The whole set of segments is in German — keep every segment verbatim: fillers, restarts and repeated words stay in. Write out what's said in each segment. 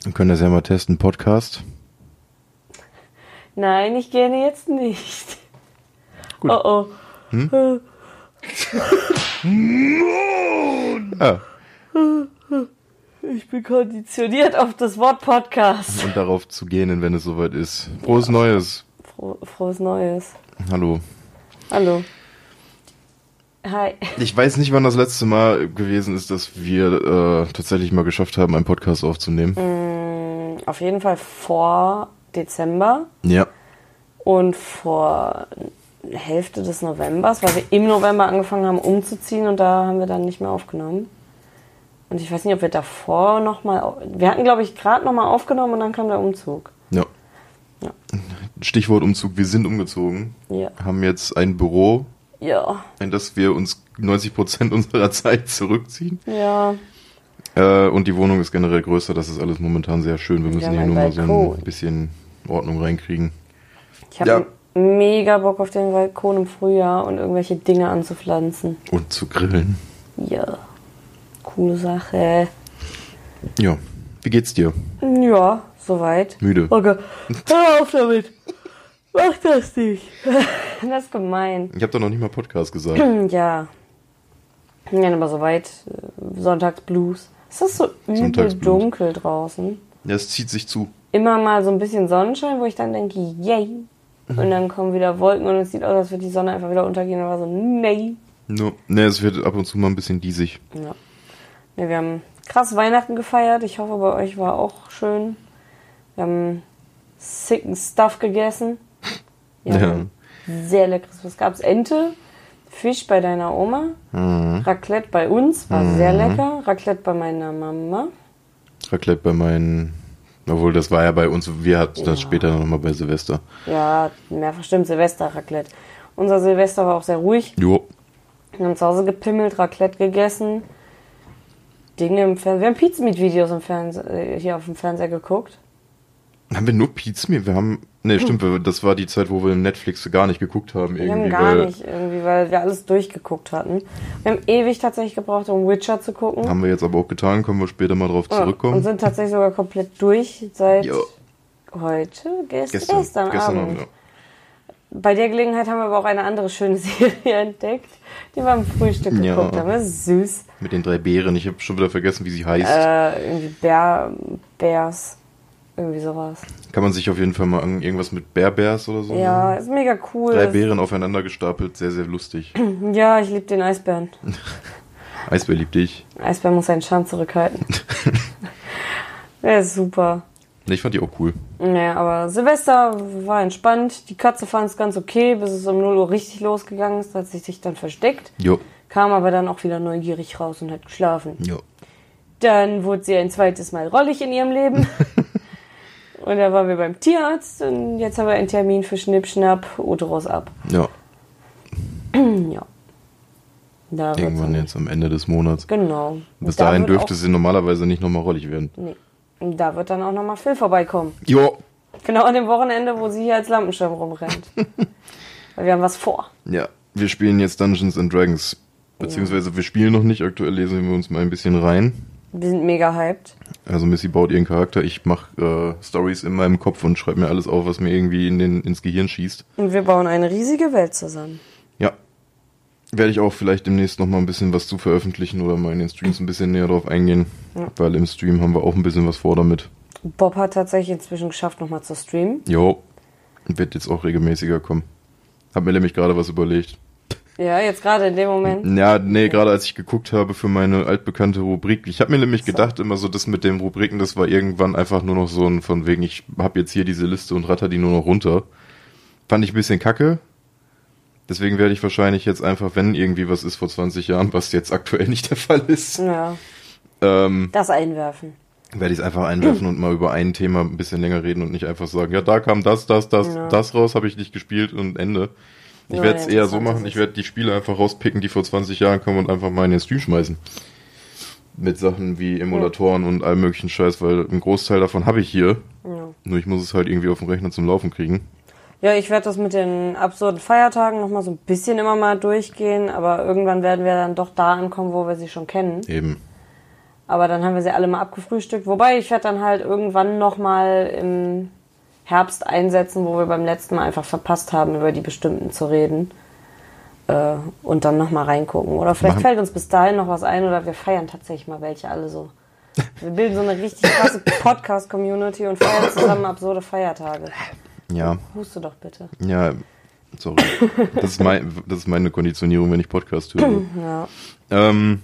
Wir können das ja mal testen, Podcast. Nein, ich gerne jetzt nicht. Gut. Oh oh. Hm? Ja. Ich bin konditioniert auf das Wort Podcast. Und darauf zu gähnen, wenn es soweit ist. Frohes ja. Neues. Fro- frohes Neues. Hallo. Hallo. Hi. Ich weiß nicht, wann das letzte Mal gewesen ist, dass wir äh, tatsächlich mal geschafft haben, einen Podcast aufzunehmen. Mm, auf jeden Fall vor Dezember. Ja. Und vor Hälfte des Novembers, weil wir im November angefangen haben umzuziehen und da haben wir dann nicht mehr aufgenommen. Und ich weiß nicht, ob wir davor nochmal... Wir hatten, glaube ich, gerade nochmal aufgenommen und dann kam der Umzug. Ja. ja. Stichwort Umzug, wir sind umgezogen. Ja. Haben jetzt ein Büro, ja. in das wir uns neunzig Prozent unserer Zeit zurückziehen. Ja. Äh, und die Wohnung ist generell größer, das ist alles momentan sehr schön. Wir müssen wir hier nur mal so Balkon. ein bisschen Ordnung reinkriegen. Ich habe ja. mega Bock auf den Balkon im Frühjahr und irgendwelche Dinge anzupflanzen. Und zu grillen. Ja. Coole Sache. Ja. Wie geht's dir? Ja, soweit. Müde. Okay. Hör auf damit. Mach das nicht. Das ist gemein. Ich habe doch noch nicht mal Podcast gesagt. Ja. Ja, aber soweit. Sonntagsblues. Es ist so übel dunkel draußen. Ja, es zieht sich zu. Immer mal so ein bisschen Sonnenschein, wo ich dann denke, yay. Und dann kommen wieder Wolken und es sieht aus, als würde die Sonne einfach wieder untergehen. Und war so, nee. No. Ne, es wird ab und zu mal ein bisschen diesig. Ja. Ne, wir haben krass Weihnachten gefeiert. Ich hoffe, bei euch war auch schön. Wir haben sicken Stuff gegessen. Ja. ja. Sehr leckeres. Was gab's? Ente, Fisch bei deiner Oma, mhm. Raclette bei uns, war mhm. sehr lecker. Raclette bei meiner Mama. Raclette bei meinen... Obwohl, das war ja bei uns, wir hatten ja. das später nochmal bei Silvester. Ja, mehrfach stimmt, Silvester-Raclette. Unser Silvester war auch sehr ruhig. Jo. Wir haben zu Hause gepimmelt, Raclette gegessen. Dinge im Fernsehen. Wir haben Pizza-Meat-Videos im Fernseh, hier auf dem Fernseher geguckt. Haben wir nur Pizza-Meat? Wir haben... Ne, stimmt, hm. das war die Zeit, wo wir Netflix gar nicht geguckt haben. Wir irgendwie, haben gar weil nicht, irgendwie, weil wir alles durchgeguckt hatten. Wir haben ewig tatsächlich gebraucht, um Witcher zu gucken. Haben wir jetzt aber auch getan, können wir später mal drauf zurückkommen. Ja, und sind tatsächlich sogar komplett durch seit jo. heute, gest- gestern, gestern, gestern Abend. Abend ja. Bei der Gelegenheit haben wir aber auch eine andere schöne Serie entdeckt, die wir am Frühstück ja. geguckt haben. Das ist süß. Mit den drei Bären, ich habe schon wieder vergessen, wie sie heißt. Äh, irgendwie Bär, Bärs, irgendwie sowas. Kann man sich auf jeden Fall mal an irgendwas mit Bär-Bärs oder so. Ja, ist mega cool. Drei Bären aufeinander gestapelt, sehr, sehr lustig. Ja, ich liebe den Eisbären. Eisbär liebt dich. Eisbär muss seinen Charme zurückhalten. Der ist super. Ich fand die auch cool. Naja, aber Silvester war entspannt. Die Katze fand es ganz okay, bis es um null Uhr richtig losgegangen ist. Da hat sie sich dann versteckt. Jo. Kam aber dann auch wieder neugierig raus und hat geschlafen. Jo. Dann wurde sie ein zweites Mal rollig in ihrem Leben. Und da waren wir beim Tierarzt. Und jetzt haben wir einen Termin für Schnipp-Schnapp, Uterus ab. Ja. Ja. Da Irgendwann jetzt am Ende des Monats. Genau. Bis da dahin dürfte auch, sie normalerweise nicht nochmal rollig werden. Nee. Und da wird dann auch nochmal Phil vorbeikommen. Jo. Genau an dem Wochenende, wo sie hier als Lampenschirm rumrennt. Weil wir haben was vor. Ja, wir spielen jetzt Dungeons and Dragons. Beziehungsweise ja. wir spielen noch nicht. Aktuell lesen wir uns mal ein bisschen rein. Wir sind mega hyped. Also Missy baut ihren Charakter. Ich mache äh, Stories in meinem Kopf und schreibe mir alles auf, was mir irgendwie in den, ins Gehirn schießt. Und wir bauen eine riesige Welt zusammen. Ja. Werde ich auch vielleicht demnächst noch mal ein bisschen was zu veröffentlichen oder mal in den Streams ein bisschen näher drauf eingehen. Ja. Weil im Stream haben wir auch ein bisschen was vor damit. Bob hat tatsächlich inzwischen geschafft, nochmal zu streamen. Jo. Wird jetzt auch regelmäßiger kommen. Hab mir nämlich gerade was überlegt. Ja, jetzt gerade in dem Moment. Ja, nee, gerade als ich geguckt habe für meine altbekannte Rubrik. Ich habe mir nämlich so. gedacht, immer so das mit den Rubriken, das war irgendwann einfach nur noch so ein von wegen, ich habe jetzt hier diese Liste und ratter die nur noch runter. Fand ich ein bisschen kacke. Deswegen werde ich wahrscheinlich jetzt einfach, wenn irgendwie was ist vor zwanzig Jahren, was jetzt aktuell nicht der Fall ist, ja. ähm, das einwerfen. Werde ich es einfach einwerfen und mal über ein Thema ein bisschen länger reden und nicht einfach sagen, ja, da kam das, das, das, ja. das raus, habe ich nicht gespielt und Ende. Ich werde es eher so machen, ich werde die Spiele einfach rauspicken, die vor zwanzig Jahren kommen und einfach mal in den Stream schmeißen. Mit Sachen wie Emulatoren ja. und allem möglichen Scheiß, weil ein Großteil davon habe ich hier. Ja. Nur ich muss es halt irgendwie auf dem Rechner zum Laufen kriegen. Ja, ich werde das mit den absurden Feiertagen nochmal so ein bisschen immer mal durchgehen, aber irgendwann werden wir dann doch da ankommen, wo wir sie schon kennen. Eben. Aber dann haben wir sie alle mal abgefrühstückt. Wobei, ich werde dann halt irgendwann nochmal im Herbst einsetzen, wo wir beim letzten Mal einfach verpasst haben, über die bestimmten zu reden. Äh, und dann nochmal reingucken. Oder vielleicht Machen. fällt uns bis dahin noch was ein oder wir feiern tatsächlich mal welche alle so. Wir bilden so eine richtig krasse Podcast-Community und feiern zusammen absurde Feiertage. Ja. Huste doch bitte. Ja, sorry. Das ist, mein, das ist meine Konditionierung, wenn ich Podcast höre. Ja. Ähm,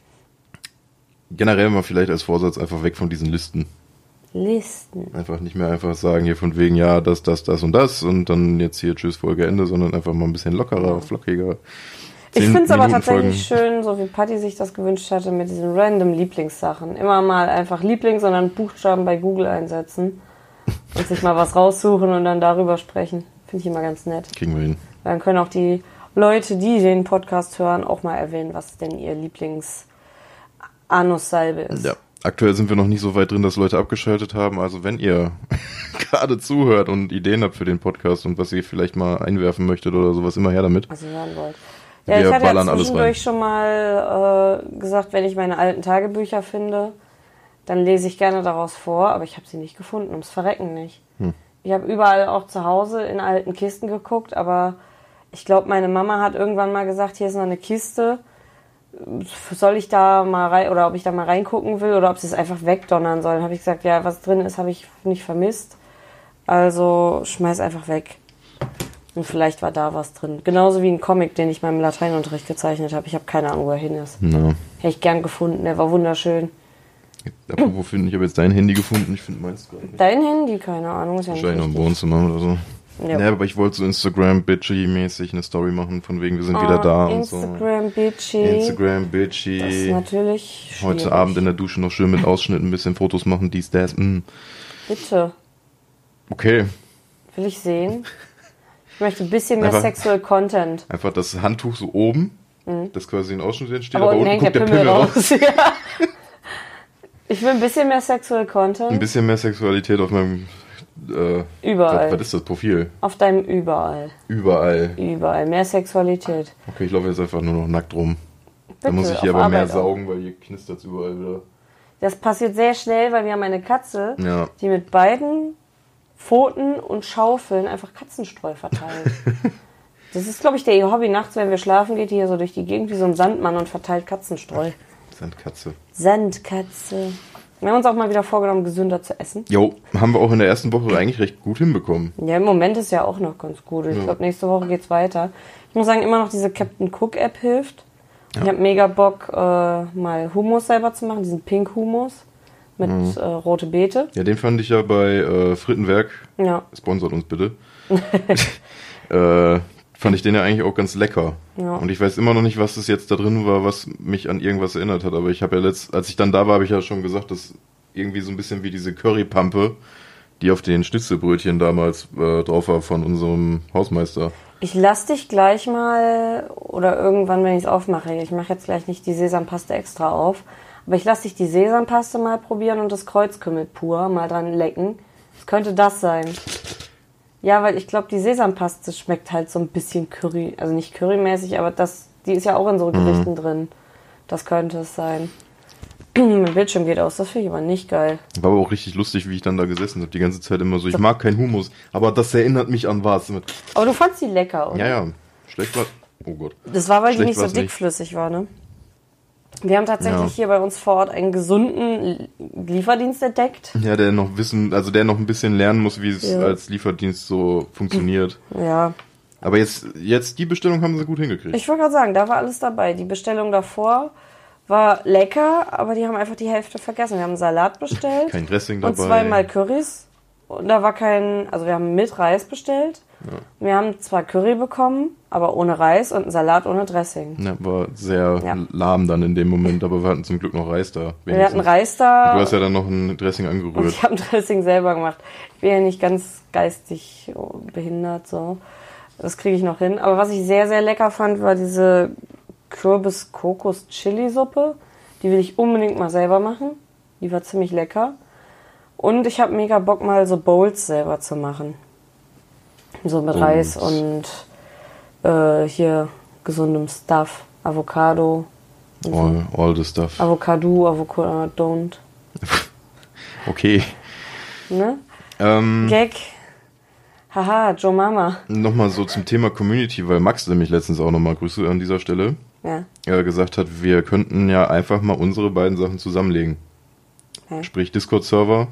generell mal vielleicht als Vorsatz einfach weg von diesen Listen. Listen. Einfach nicht mehr einfach sagen, hier von wegen, ja, das, das, das und das und dann jetzt hier tschüss, Folge Ende, sondern einfach mal ein bisschen lockerer, ja. flockiger. Ich finde es aber tatsächlich schön, so wie Patti sich das gewünscht hatte, mit diesen random Lieblingssachen. Immer mal einfach Lieblings- und dann Buchstaben bei Google einsetzen und sich mal was raussuchen und dann darüber sprechen. Finde ich immer ganz nett. Kriegen wir hin. Dann können auch die Leute, die den Podcast hören, auch mal erwähnen, was denn ihr Lieblings-Anussalbe ist. Ja, aktuell sind wir noch nicht so weit drin, dass Leute abgeschaltet haben. Also wenn ihr gerade zuhört und Ideen habt für den Podcast und was ihr vielleicht mal einwerfen möchtet oder sowas, immer her damit. Was ihr hören wollt. Ja, wir ich hatte ja zwischendurch schon mal äh, gesagt, wenn ich meine alten Tagebücher finde, dann lese ich gerne daraus vor, aber ich habe sie nicht gefunden, ums Verrecken nicht. Hm. Ich habe überall auch zu Hause in alten Kisten geguckt, aber ich glaube, meine Mama hat irgendwann mal gesagt, hier ist noch eine Kiste, soll ich da mal rein, oder ob ich da mal reingucken will oder ob sie es einfach wegdonnern sollen. Habe ich gesagt, ja, was drin ist, habe ich nicht vermisst, also schmeiß einfach weg. Und vielleicht war da was drin. Genauso wie ein Comic, den ich meinem Lateinunterricht gezeichnet habe. Ich habe keine Ahnung, wo er hin ist. No. Hätte ich gern gefunden, der war wunderschön. Apropos finden, ich habe jetzt dein Handy gefunden, ich finde meins gar nicht. Dein Handy? Keine Ahnung. Ist ja wahrscheinlich noch im Wohnzimmer oder so. Ja, ja, aber ich wollte so Instagram-Bitchy-mäßig eine Story machen, von wegen, wir sind oh, wieder da und so. Instagram-Bitchy. Instagram-Bitchy. Das ist natürlich schwierig. Heute Abend in der Dusche noch schön mit Ausschnitten ein bisschen Fotos machen, dies, das. Mm. Bitte. Okay. Will ich sehen. Ich möchte ein bisschen mehr einfach, Sexual Content. Einfach das Handtuch so oben, mhm. das quasi ein Ausschnitt entsteht, aber, aber unten guckt der Pimmel, Pimmel raus. raus. Ja. Ich will ein bisschen mehr Sexual Content. Ein bisschen mehr Sexualität auf meinem äh, Überall. Was, was ist das Profil? Auf deinem Überall. Überall. Überall. Mehr Sexualität. Okay, ich laufe jetzt einfach nur noch nackt rum. Bitte, da muss ich hier aber Arbeit mehr saugen, auch. Weil hier knistert es überall wieder. Das passiert sehr schnell, weil wir haben eine Katze, ja. die mit beiden Pfoten und Schaufeln einfach Katzenstreu verteilt. Das ist, glaube ich, der ihr Hobby. Nachts, wenn wir schlafen, geht die hier so durch die Gegend wie so ein Sandmann und verteilt Katzenstreu. Sandkatze. Sandkatze. Wir haben uns auch mal wieder vorgenommen, gesünder zu essen. Jo, haben wir auch in der ersten Woche eigentlich recht gut hinbekommen. Ja, im Moment ist ja auch noch ganz gut. Ich ja. glaube, nächste Woche geht's weiter. Ich muss sagen, immer noch diese Captain Cook App hilft. Ja. Ich habe mega Bock, äh, mal Hummus selber zu machen, diesen Pink Hummus mit mhm. äh, rote Beete. Ja, den fand ich ja bei äh, Frittenwerk. Ja. Sponsert uns bitte. äh, fand ich den ja eigentlich auch ganz lecker. Ja. Und ich weiß immer noch nicht, was das jetzt da drin war, was mich an irgendwas erinnert hat. Aber ich habe ja letzt, als ich dann da war, habe ich ja schon gesagt, dass irgendwie so ein bisschen wie diese Currypampe, die auf den Schnitzelbrötchen damals äh, drauf war von unserem Hausmeister. Ich lass dich gleich mal, oder irgendwann, wenn ich es aufmache, ich mache jetzt gleich nicht die Sesampaste extra auf, aber ich lass dich die Sesampaste mal probieren und das Kreuzkümmel pur mal dran lecken. Was könnte das sein? Ja, weil ich glaube, die Sesampaste schmeckt halt so ein bisschen Curry, also nicht currymäßig, aber das, die ist ja auch in so Gerichten mhm. drin. Das könnte es sein. Mein Bildschirm geht aus, das finde ich aber nicht geil. War aber auch richtig lustig, wie ich dann da gesessen habe, die ganze Zeit immer so, ich mag keinen Hummus, aber das erinnert mich an was. Aber du fandst die lecker, oder? Ja, ja, schlecht war, oh Gott. Das war, weil schlecht die nicht so dickflüssig nicht. war, ne? Wir haben tatsächlich ja. hier bei uns vor Ort einen gesunden Lieferdienst entdeckt. Ja, der noch wissen, also der noch ein bisschen lernen muss, wie es ja. als Lieferdienst so funktioniert. Ja. Aber jetzt, jetzt die Bestellung haben sie gut hingekriegt. Ich wollte gerade sagen, da war alles dabei. Die Bestellung davor war lecker, aber die haben einfach die Hälfte vergessen. Wir haben einen Salat bestellt. Kein Dressing dabei. Und zweimal Currys. Und da war kein, also wir haben mit Reis bestellt. Ja. Wir haben zwar Curry bekommen, aber ohne Reis und einen Salat ohne Dressing. Ja, war sehr ja. lahm dann in dem Moment, aber wir hatten zum Glück noch Reis da. Wenigstens. Wir hatten Reis da. Und du hast ja dann noch ein Dressing angerührt. Und ich habe ein Dressing selber gemacht. Ich bin ja nicht ganz geistig behindert, so. Das kriege ich noch hin. Aber was ich sehr, sehr lecker fand, war diese Kürbis-Kokos-Chili-Suppe. Die will ich unbedingt mal selber machen. Die war ziemlich lecker. Und ich habe mega Bock, mal so Bowls selber zu machen. So mit Reis und äh, hier gesundem Stuff, Avocado, All, all the stuff. Avocado, Avocado, don't. Okay. Ne? Ähm, Gag. Haha, Joe Mama. Nochmal so zum Thema Community, weil Max nämlich letztens auch nochmal Grüße an dieser Stelle Ja. äh, gesagt hat, wir könnten ja einfach mal unsere beiden Sachen zusammenlegen. Okay. Sprich Discord-Server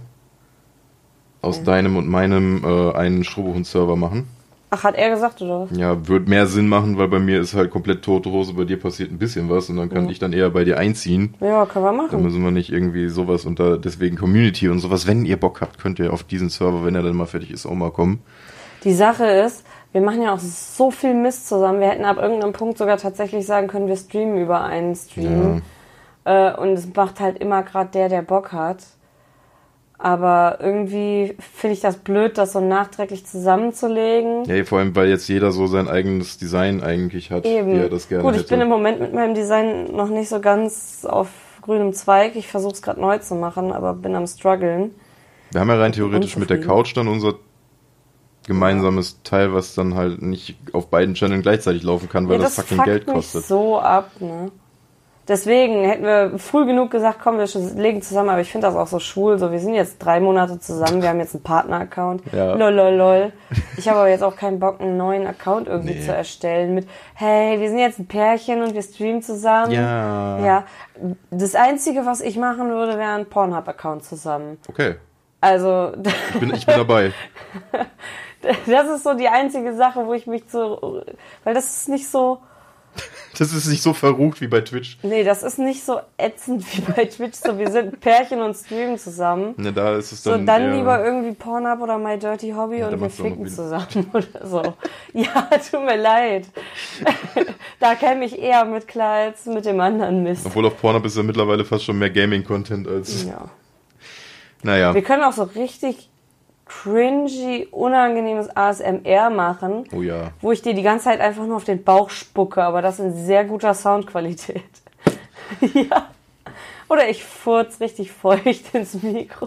aus Okay. deinem und meinem äh, einen Strobohund-Server machen. Ach, hat er gesagt, oder was? Ja, wird mehr Sinn machen, weil bei mir ist halt komplett tote Hose, bei dir passiert ein bisschen was und dann kann Ja. ich dann eher bei dir einziehen. Ja, können wir Da machen. müssen wir nicht irgendwie sowas unter, deswegen Community und sowas. Wenn ihr Bock habt, könnt ihr auf diesen Server, wenn er dann mal fertig ist, auch mal kommen. Die Sache ist, wir machen ja auch so viel Mist zusammen. Wir hätten ab irgendeinem Punkt sogar tatsächlich sagen können, wir streamen über einen Stream. Äh, und es macht halt immer gerade der, der Bock hat. Aber irgendwie finde ich das blöd, das so nachträglich zusammenzulegen. Ja, vor allem, weil jetzt jeder so sein eigenes Design eigentlich hat, Eben. wie er das gerne Gut, ich hätte. bin im Moment mit meinem Design noch nicht so ganz auf grünem Zweig. Ich versuche es gerade neu zu machen, aber bin am struggeln. Wir haben ja rein theoretisch mit der unzufrieden. Couch dann unser gemeinsames Teil, was dann halt nicht auf beiden Channeln gleichzeitig laufen kann, weil Ja, das, das fucking fuckt Geld mich kostet. so ab, ne? Deswegen hätten wir früh genug gesagt, komm, wir legen zusammen, aber ich finde das auch so schwul, so wir sind jetzt drei Monate zusammen, wir haben jetzt einen Partner-Account, Ja. lol, lol, lol. Ich habe aber jetzt auch keinen Bock, einen neuen Account irgendwie Nee. zu erstellen mit, hey, wir sind jetzt ein Pärchen und wir streamen zusammen. Ja. Ja, das Einzige, was ich machen würde, wäre ein Pornhub-Account zusammen. Okay, Also, ich bin, ich bin dabei. das ist so die einzige Sache, wo ich mich so, weil das ist nicht so, Das ist nicht so verrucht wie bei Twitch. nee, das ist nicht so ätzend wie bei Twitch, so wir sind ein Pärchen und streamen zusammen. Ne, da ist es So, dann dann eher, lieber irgendwie Pornhub oder My Dirty Hobby Ja, da und wir macht's auch noch ficken Sinn. zusammen oder so. Ja, tut mir leid. Da käme ich eher mit klar als mit dem anderen Mist. Obwohl auf Pornhub ist ja mittlerweile fast schon mehr Gaming-Content als... Ja. Naja. Wir können auch so richtig cringy, unangenehmes A S M R machen, Oh ja. wo ich dir die ganze Zeit einfach nur auf den Bauch spucke, aber das in sehr guter Soundqualität. Ja. Oder ich furz richtig feucht ins Mikro.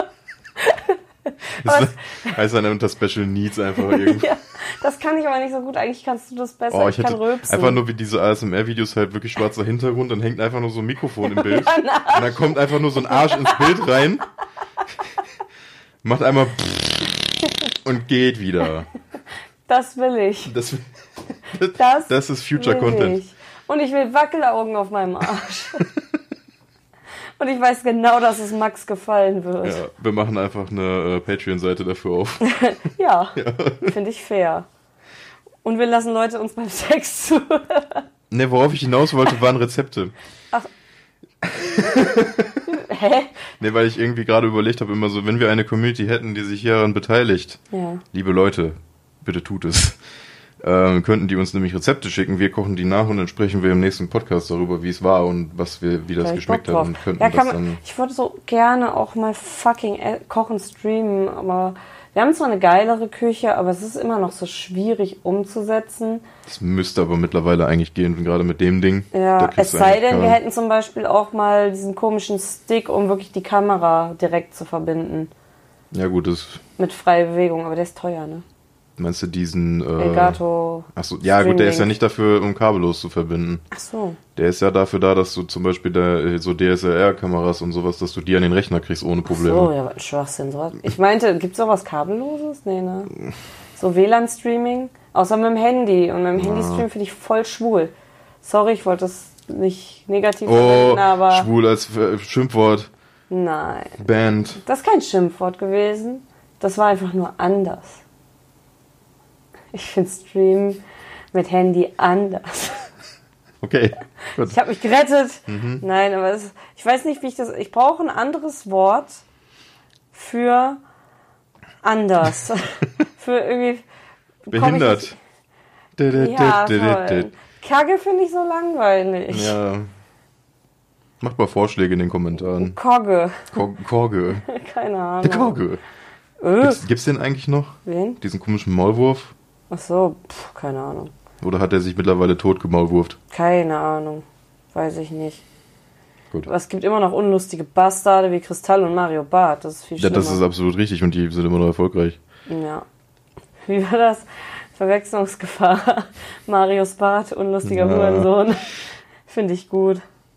Das heißt dann unter Special Needs einfach irgendwie. Ja, das kann ich aber nicht so gut. Eigentlich kannst du das besser. Oh, ich ich kann hätte rülpsen. einfach nur wie diese A S M R-Videos halt wirklich schwarzer Hintergrund, dann hängt einfach nur so ein Mikrofon im Bild. Und dann kommt einfach nur so ein Arsch ins Bild rein, macht einmal und geht wieder. Das will ich. Das, Das, das ist Future will Content. Ich. Und ich will Wackelaugen auf meinem Arsch. Und ich weiß genau, dass es Max gefallen wird. Ja, wir machen einfach eine äh, Patreon-Seite dafür auf. Ja, finde ich fair. Und wir lassen Leute uns beim Sex zu. Ne, worauf ich hinaus wollte, waren Rezepte. Hä? Ne, weil ich irgendwie gerade überlegt habe, immer so, wenn wir eine Community hätten, die sich hieran beteiligt, Ja. liebe Leute, bitte tut es, ähm, könnten die uns nämlich Rezepte schicken, wir kochen die nach und dann sprechen wir im nächsten Podcast darüber, wie es war und was wir, wie das Da hab ich geschmeckt Bock hat drauf. und könnten Ja, das kann man, dann... ich würde so gerne auch mal fucking e- kochen, streamen, aber wir haben zwar eine geilere Küche, aber es ist immer noch so schwierig umzusetzen. Das müsste aber mittlerweile eigentlich gehen, gerade mit dem Ding. Da Ja, kriegst es du sei eigentlich denn, wir keinen- hätten zum Beispiel auch mal diesen komischen Stick, um wirklich die Kamera direkt zu verbinden. Ja gut, das... Mit freier Bewegung, aber der ist teuer, ne? Meinst du diesen... Äh, Elgato. Achso, ja gut, der ist ja Streamlink. nicht dafür, um kabellos zu verbinden. Ach so. Der ist ja dafür da, dass du zum Beispiel da, so D S L R-Kameras und sowas, dass du die an den Rechner kriegst ohne Probleme. So, ja, was ein Schwachsinn. So. Ich meinte, gibt's auch was Kabelloses? Nee, ne? So W L A N-Streaming? Außer mit dem Handy. Und mit dem Handy-Stream finde ich voll schwul. Sorry, ich wollte das nicht negativ Oh, verwenden, aber schwul als äh, Schimpfwort. nein. Band. Das ist kein Schimpfwort gewesen. Das war einfach nur anders. Ich finde Stream mit Handy anders. Okay, gut. Ich habe mich gerettet. Mhm. Nein, aber es, ich weiß nicht, wie ich das... Ich brauche ein anderes Wort für anders. Für irgendwie... komm ich Behindert. nicht- Ja, toll. Kacke finde ich so langweilig. Ja. Macht mal Vorschläge in den Kommentaren. Kogge. Kor- Korge. Keine Ahnung. Der Korge. Äh, Gibt's, gibt's den eigentlich noch? wen? Diesen komischen Maulwurf? Ach so, pff, keine Ahnung. Oder hat er sich mittlerweile tot gemaulwurft? Keine Ahnung. Weiß ich nicht. Gut. Aber es gibt immer noch unlustige Bastarde wie Kristall und Mario Barth. Das ist viel Ja, schlimmer. das ist absolut richtig und die sind immer noch erfolgreich. Ja. Wie war das? Verwechslungsgefahr. Marius Barth, unlustiger Ja. Hurensohn. Finde ich gut.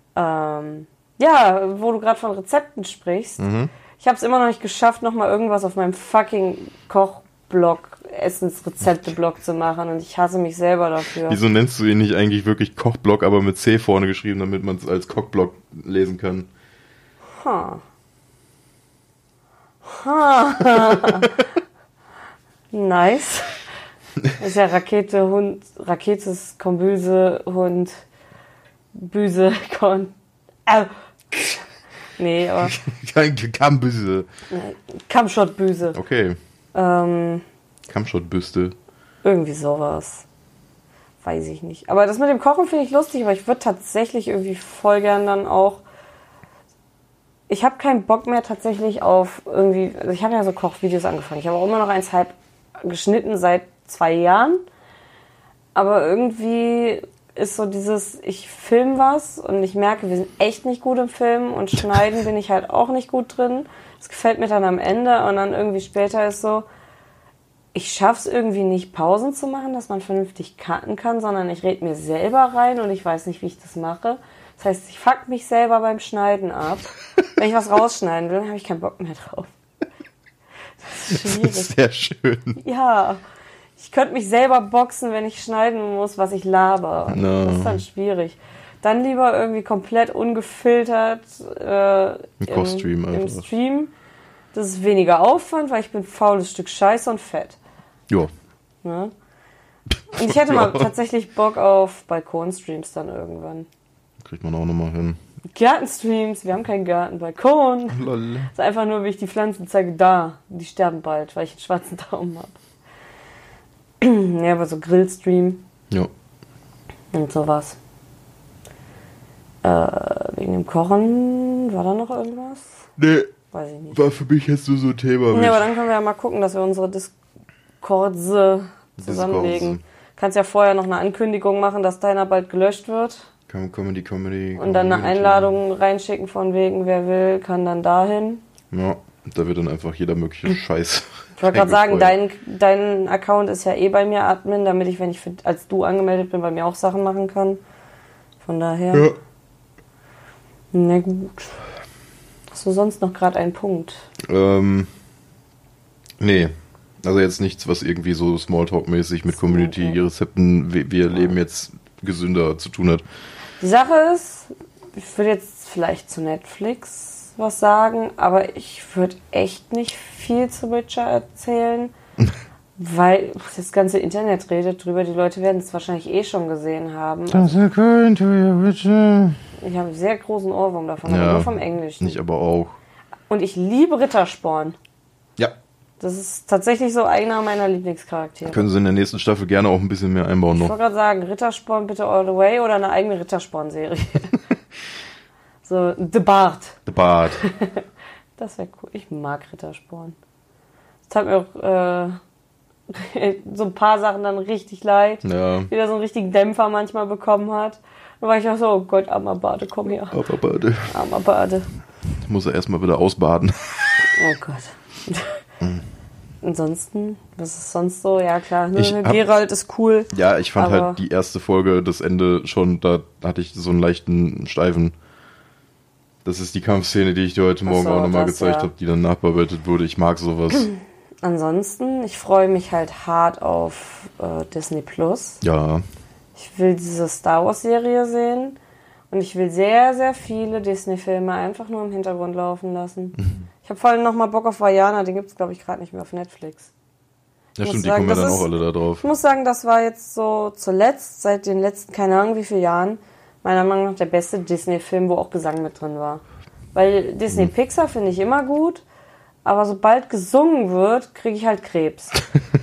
Ähm, ja, wo du gerade von Rezepten sprichst. Mhm. Ich habe es immer noch nicht geschafft, nochmal irgendwas auf meinem fucking Kochblog, Essensrezepte-Blog zu machen. Und ich hasse mich selber dafür. Wieso nennst du ihn nicht eigentlich wirklich Kochblog, aber mit C vorne geschrieben, damit man es als Kochblog lesen kann? Ha. Ha. Nice. Ist ja Rakete, Hund, Raketes, Kombüse, Hund, Büse, Kon... Äh. Nee, aber... Kammbüse. Kammschottbüse. Okay. Ähm... Kammschottbüste. Irgendwie sowas. Weiß ich nicht. Aber das mit dem Kochen finde ich lustig, aber ich würde tatsächlich irgendwie voll gern dann auch... Ich habe keinen Bock mehr tatsächlich auf irgendwie... Also ich habe ja so Kochvideos angefangen. Ich habe auch immer noch eins halb geschnitten seit zwei Jahren. Aber irgendwie ist so dieses, ich film was und ich merke, wir sind echt nicht gut im Filmen und schneiden bin ich halt auch nicht gut drin. Das gefällt mir dann am Ende und dann irgendwie später ist so, ich schaff's irgendwie nicht, Pausen zu machen, dass man vernünftig cutten kann, sondern ich rede mir selber rein und ich weiß nicht, wie ich das mache. Das heißt, ich fuck mich selber beim Schneiden ab. Wenn ich was rausschneiden will, dann habe ich keinen Bock mehr drauf. Das ist schwierig. Das ist sehr schön. Ja, ich könnte mich selber boxen, wenn ich schneiden muss, was ich laber. No. Das ist dann schwierig. Dann lieber irgendwie komplett ungefiltert äh, im, Kochstream im einfach. Stream. Das ist weniger Aufwand, weil ich bin ein faules Stück Scheiße und fett. Ja. Ne? Und ich hätte mal tatsächlich Bock auf Balkonstreams dann irgendwann. Kriegt man auch nochmal hin. Gartenstreams, wir haben keinen Garten, Balkon. Lol. Das ist einfach nur, wie ich die Pflanzen zeige, da. Die sterben bald, weil ich einen schwarzen Daumen habe. Ja, aber so Grillstream. Ja. Und sowas. Äh, wegen dem Kochen, war da noch irgendwas? Nee. Weiß ich nicht. War für mich jetzt nur so ein Thema. Ja, aber dann können wir ja mal gucken, dass wir unsere Discordse zusammenlegen. Discordse. Kannst ja vorher noch eine Ankündigung machen, dass deiner bald gelöscht wird. Comedy, Comedy. Und dann eine Einladung reinschicken von wegen, wer will, kann dann dahin. Ja, da wird dann einfach jeder mögliche Scheiß. Ich wollte gerade sagen, dein, dein Account ist ja eh bei mir Admin, damit ich, wenn ich für, als du angemeldet bin, bei mir auch Sachen machen kann. Von daher. Ja. Na gut. Hast du sonst noch gerade einen Punkt? Ähm, nee. Also jetzt nichts, was irgendwie so Smalltalk-mäßig mit Community-Rezepten, wir, wir leben jetzt gesünder zu tun hat. Die Sache ist, ich würde jetzt vielleicht zu Netflix was sagen, aber ich würde echt nicht viel zu Witcher erzählen, weil das ganze Internet redet drüber. Die Leute werden es wahrscheinlich eh schon gesehen haben. Das according to your Witcher. Ich habe einen sehr großen Ohrwurm davon, Ja, aber nur vom Englischen. Ich aber auch. Und ich liebe Rittersporn. Ja. Das ist tatsächlich so einer meiner Lieblingscharaktere. Können Sie in der nächsten Staffel gerne auch ein bisschen mehr einbauen Ich noch. wollte gerade sagen, Rittersporn bitte all the way oder eine eigene Rittersporn-Serie. So, The Bard. The Bard. Das wäre cool. Ich mag Rittersporn. Das tat mir auch äh, so ein paar Sachen dann richtig leid. Ja. Wie er so einen richtigen Dämpfer manchmal bekommen hat. Da war ich auch so, oh Gott, armer Bade, komm her. Aber Bade. Armer Bade. Muss er erstmal wieder ausbaden. Oh Gott. Mhm. Ansonsten, was ist sonst so? Ja klar, ne? Ich hab- Geralt ist cool. Ja, ich fand Aber- halt die erste Folge, das Ende schon, da hatte ich so einen leichten Steifen. Das ist die Kampfszene, die ich dir heute Ach Morgen so, auch nochmal das, gezeigt ja. habe, die dann nachbearbeitet wurde. Ich mag sowas. Ansonsten, ich freue mich halt hart auf äh, Disney Plus. Ja. Ich will diese Star Wars Serie sehen und ich will sehr, sehr viele Disney-Filme einfach nur im Hintergrund laufen lassen. Ich habe vor allem nochmal Bock auf Vajana, den gibt es glaube ich gerade nicht mehr auf Netflix. Ja, muss stimmt, die sagen, kommen ja das dann ist- auch alle da drauf. Ich muss sagen, das war jetzt so zuletzt, seit den letzten, keine Ahnung wie viele Jahren, meiner Meinung nach der beste Disney-Film, wo auch Gesang mit drin war. Weil Disney Pixar finde ich immer gut, aber sobald gesungen wird, kriege ich halt Krebs.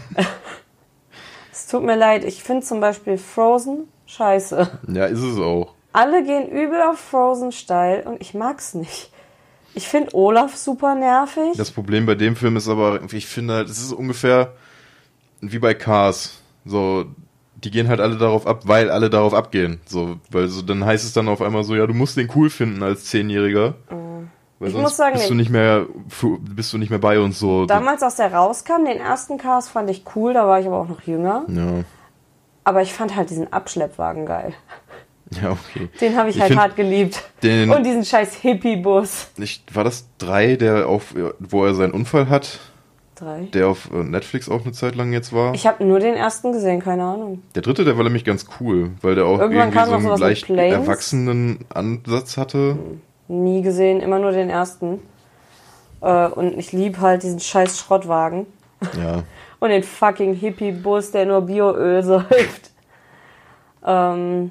Es tut mir leid, ich finde zum Beispiel Frozen scheiße. Ja, ist es auch. Alle gehen übel auf Frozen steil und ich mag's nicht. Ich finde Olaf super nervig. Das Problem bei dem Film ist aber, ich finde halt, es ist ungefähr wie bei Cars. So, die gehen halt alle darauf ab, weil alle darauf abgehen. So, weil so, dann heißt es dann auf einmal so, ja, du musst den cool finden als Zehnjähriger. Weil Ich sonst muss sagen, bist du den- nicht mehr, fu- bist du nicht mehr bei uns so. Damals, als der rauskam, den ersten Cast fand ich cool, da war ich aber auch noch jünger. Ja. Aber ich fand halt diesen Abschleppwagen geil. Ja, okay. Den habe ich, ich halt hart geliebt. Den, und diesen scheiß Hippie-Bus. War das drei, der auf, wo er seinen Unfall hat? Drei. Der auf Netflix auch eine Zeit lang jetzt war. Ich habe nur den ersten gesehen, keine Ahnung. Der dritte, der war nämlich ganz cool, weil der auch Irgendwann irgendwie so einen leicht erwachsenen Ansatz hatte. Nie gesehen, immer nur den ersten. Und ich liebe halt diesen scheiß Schrottwagen. Ja. Und den fucking Hippie-Bus, der nur Bioöl säuft. ähm,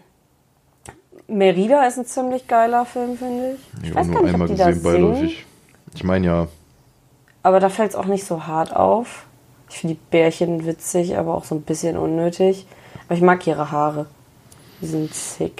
Merida ist ein ziemlich geiler Film, finde ich. Ich ja, weiß nur gar nicht, einmal ob die gesehen, da beiläufig. Ich meine ja. Aber da fällt es auch nicht so hart auf. Ich finde die Bärchen witzig, aber auch so ein bisschen unnötig. Aber ich mag ihre Haare. Die sind sick.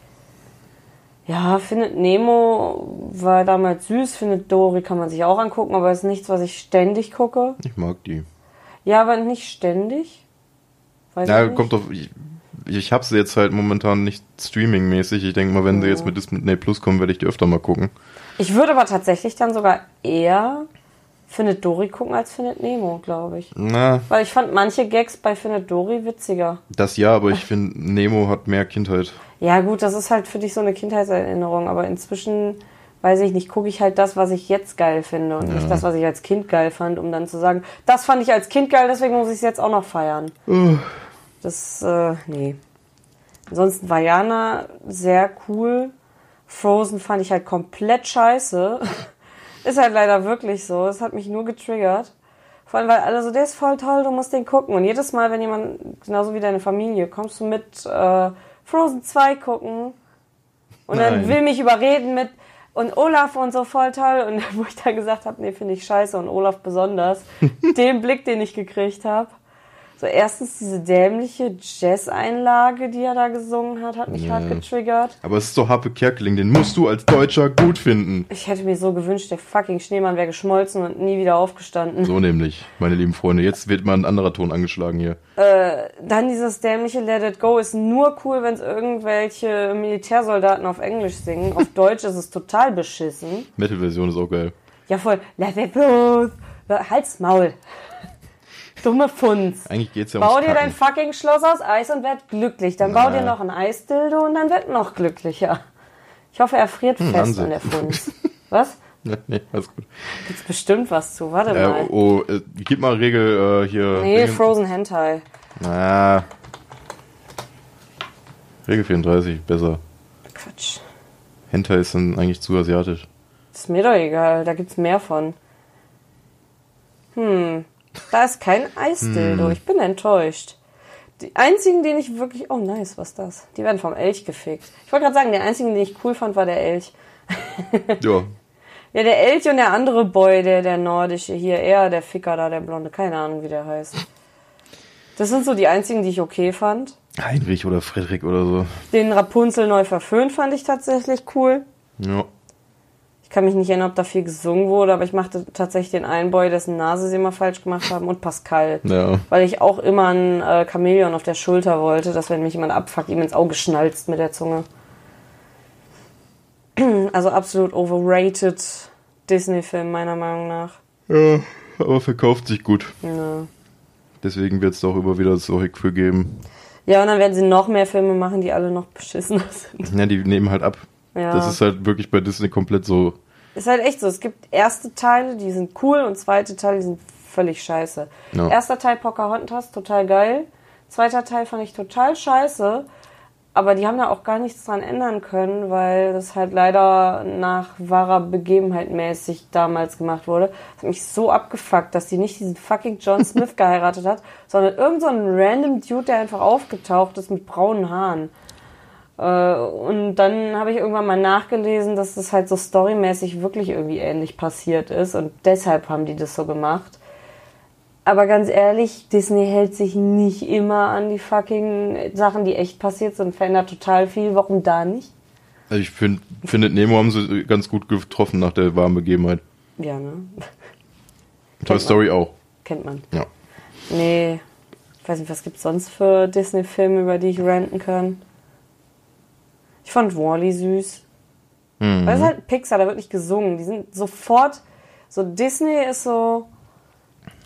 Ja, Findet Nemo war damals süß. Findet Dory kann man sich auch angucken, aber ist nichts, was ich ständig gucke. Ich mag die. Ja, aber nicht ständig. Weiß ja, ich nicht. kommt auf... Ich, ich habe sie jetzt halt momentan nicht streaming-mäßig. Ich denke mal, wenn ja. sie jetzt mit Disney Plus kommen, werde ich die öfter mal gucken. Ich würde aber tatsächlich dann sogar eher Findet Dory gucken als Findet Nemo, glaube ich. Na. Weil ich fand manche Gags bei Findet Dory witziger. Das ja, aber ich finde, Nemo hat mehr Kindheit. Ja gut, das ist halt für dich so eine Kindheitserinnerung, aber inzwischen, weiß ich nicht, gucke ich halt das, was ich jetzt geil finde und ja. nicht das, was ich als Kind geil fand, um dann zu sagen, das fand ich als Kind geil, deswegen muss ich es jetzt auch noch feiern. Uh. Das, äh, nee. Ansonsten Vaiana, sehr cool. Frozen fand ich halt komplett scheiße. Ist halt leider wirklich so. Es hat mich nur getriggert. Vor allem, weil alle so, der ist voll toll, du musst den gucken. Und jedes Mal, wenn jemand, genauso wie deine Familie, kommst du mit äh, Frozen zwei gucken und Nein. dann will mich überreden mit und Olaf und so voll toll. Und wo ich dann gesagt habe, nee, finde ich scheiße und Olaf besonders. Den Blick, den ich gekriegt habe. So erstens diese dämliche Jazz-Einlage, die er da gesungen hat, hat mich ja. hart getriggert. Aber es ist doch Harpe Kerkeling, den musst du als Deutscher gut finden. Ich hätte mir so gewünscht, der fucking Schneemann wäre geschmolzen und nie wieder aufgestanden. So nämlich, meine lieben Freunde. Jetzt wird mal ein anderer Ton angeschlagen hier. Äh, dann dieses dämliche Let It Go ist nur cool, wenn es irgendwelche Militärsoldaten auf Englisch singen. Auf Deutsch ist es total beschissen. Metal-Version ist auch geil. Ja voll, Let It Go. Halt's Maul. Dumme Funz. Eigentlich geht's ja ums Bau dir Kacken. Dein fucking Schloss aus Eis und werd glücklich. Dann naja. bau dir noch ein Eisdildo und dann werd noch glücklicher. Ich hoffe, er friert hm, fest an der Funz. Was? Nee, nee, alles gut. Gibt's bestimmt was zu. Warte äh, mal. Oh, äh, gib mal Regel äh, hier. Nee, Regel. Frozen Hentai. Na. Regel vierunddreißig, besser. Quatsch. Hentai ist dann eigentlich zu asiatisch. Ist mir doch egal, da gibt's mehr von. Hm. Da ist kein Eisdildo. Hm. Ich bin enttäuscht. Die einzigen, den ich wirklich... Oh, nice, was ist das? Die werden vom Elch gefickt. Ich wollte gerade sagen, der einzige, den ich cool fand, war der Elch. Ja. Ja, der Elch und der andere Boy, der, der nordische hier. Er, der Ficker da, der Blonde. Keine Ahnung, wie der heißt. Das sind so die einzigen, die ich okay fand. Heinrich oder Friedrich oder so. Den Rapunzel neu verföhnt fand ich tatsächlich cool. Ja. Ich kann mich nicht erinnern, ob da viel gesungen wurde, aber ich machte tatsächlich den einen Boy, dessen Nase sie immer falsch gemacht haben, und Pascal. Ja. Weil ich auch immer ein äh, Chamäleon auf der Schulter wollte, dass wenn mich jemand abfuckt, ihm ins Auge schnalzt mit der Zunge. Also absolut overrated Disney-Film, meiner Meinung nach. Ja, aber verkauft sich gut. Ja. Deswegen wird es doch immer wieder so Hick für geben. Ja, und dann werden sie noch mehr Filme machen, die alle noch beschissener sind. Ja, die nehmen halt ab. Ja. Das ist halt wirklich bei Disney komplett so. Ist halt echt so. Es gibt erste Teile, die sind cool, und zweite Teile, die sind völlig scheiße. Ja. Erster Teil Pocahontas, total geil. Zweiter Teil fand ich total scheiße. Aber die haben da auch gar nichts dran ändern können, weil das halt leider nach wahrer Begebenheit mäßig damals gemacht wurde. Das hat mich so abgefuckt, dass die nicht diesen fucking John Smith geheiratet hat, sondern irgend so ein random Dude, der einfach aufgetaucht ist mit braunen Haaren. Und dann habe ich irgendwann mal nachgelesen, dass das halt so storymäßig wirklich irgendwie ähnlich passiert ist, und deshalb haben die das so gemacht. Aber ganz ehrlich, Disney hält sich nicht immer an die fucking Sachen, die echt passiert sind, verändert total viel. Warum da nicht? Also ich finde, Findet Nemo haben sie ganz gut getroffen nach der warmen Begebenheit. Ja, ne? Toy Story auch. Kennt man. Ja. Nee, ich weiß nicht, was gibt's sonst für Disney-Filme, über die ich ranten kann? Ich fand Wall-E süß. Mhm. Weil es ist halt Pixar, da wird nicht gesungen. Die sind sofort, so Disney ist so,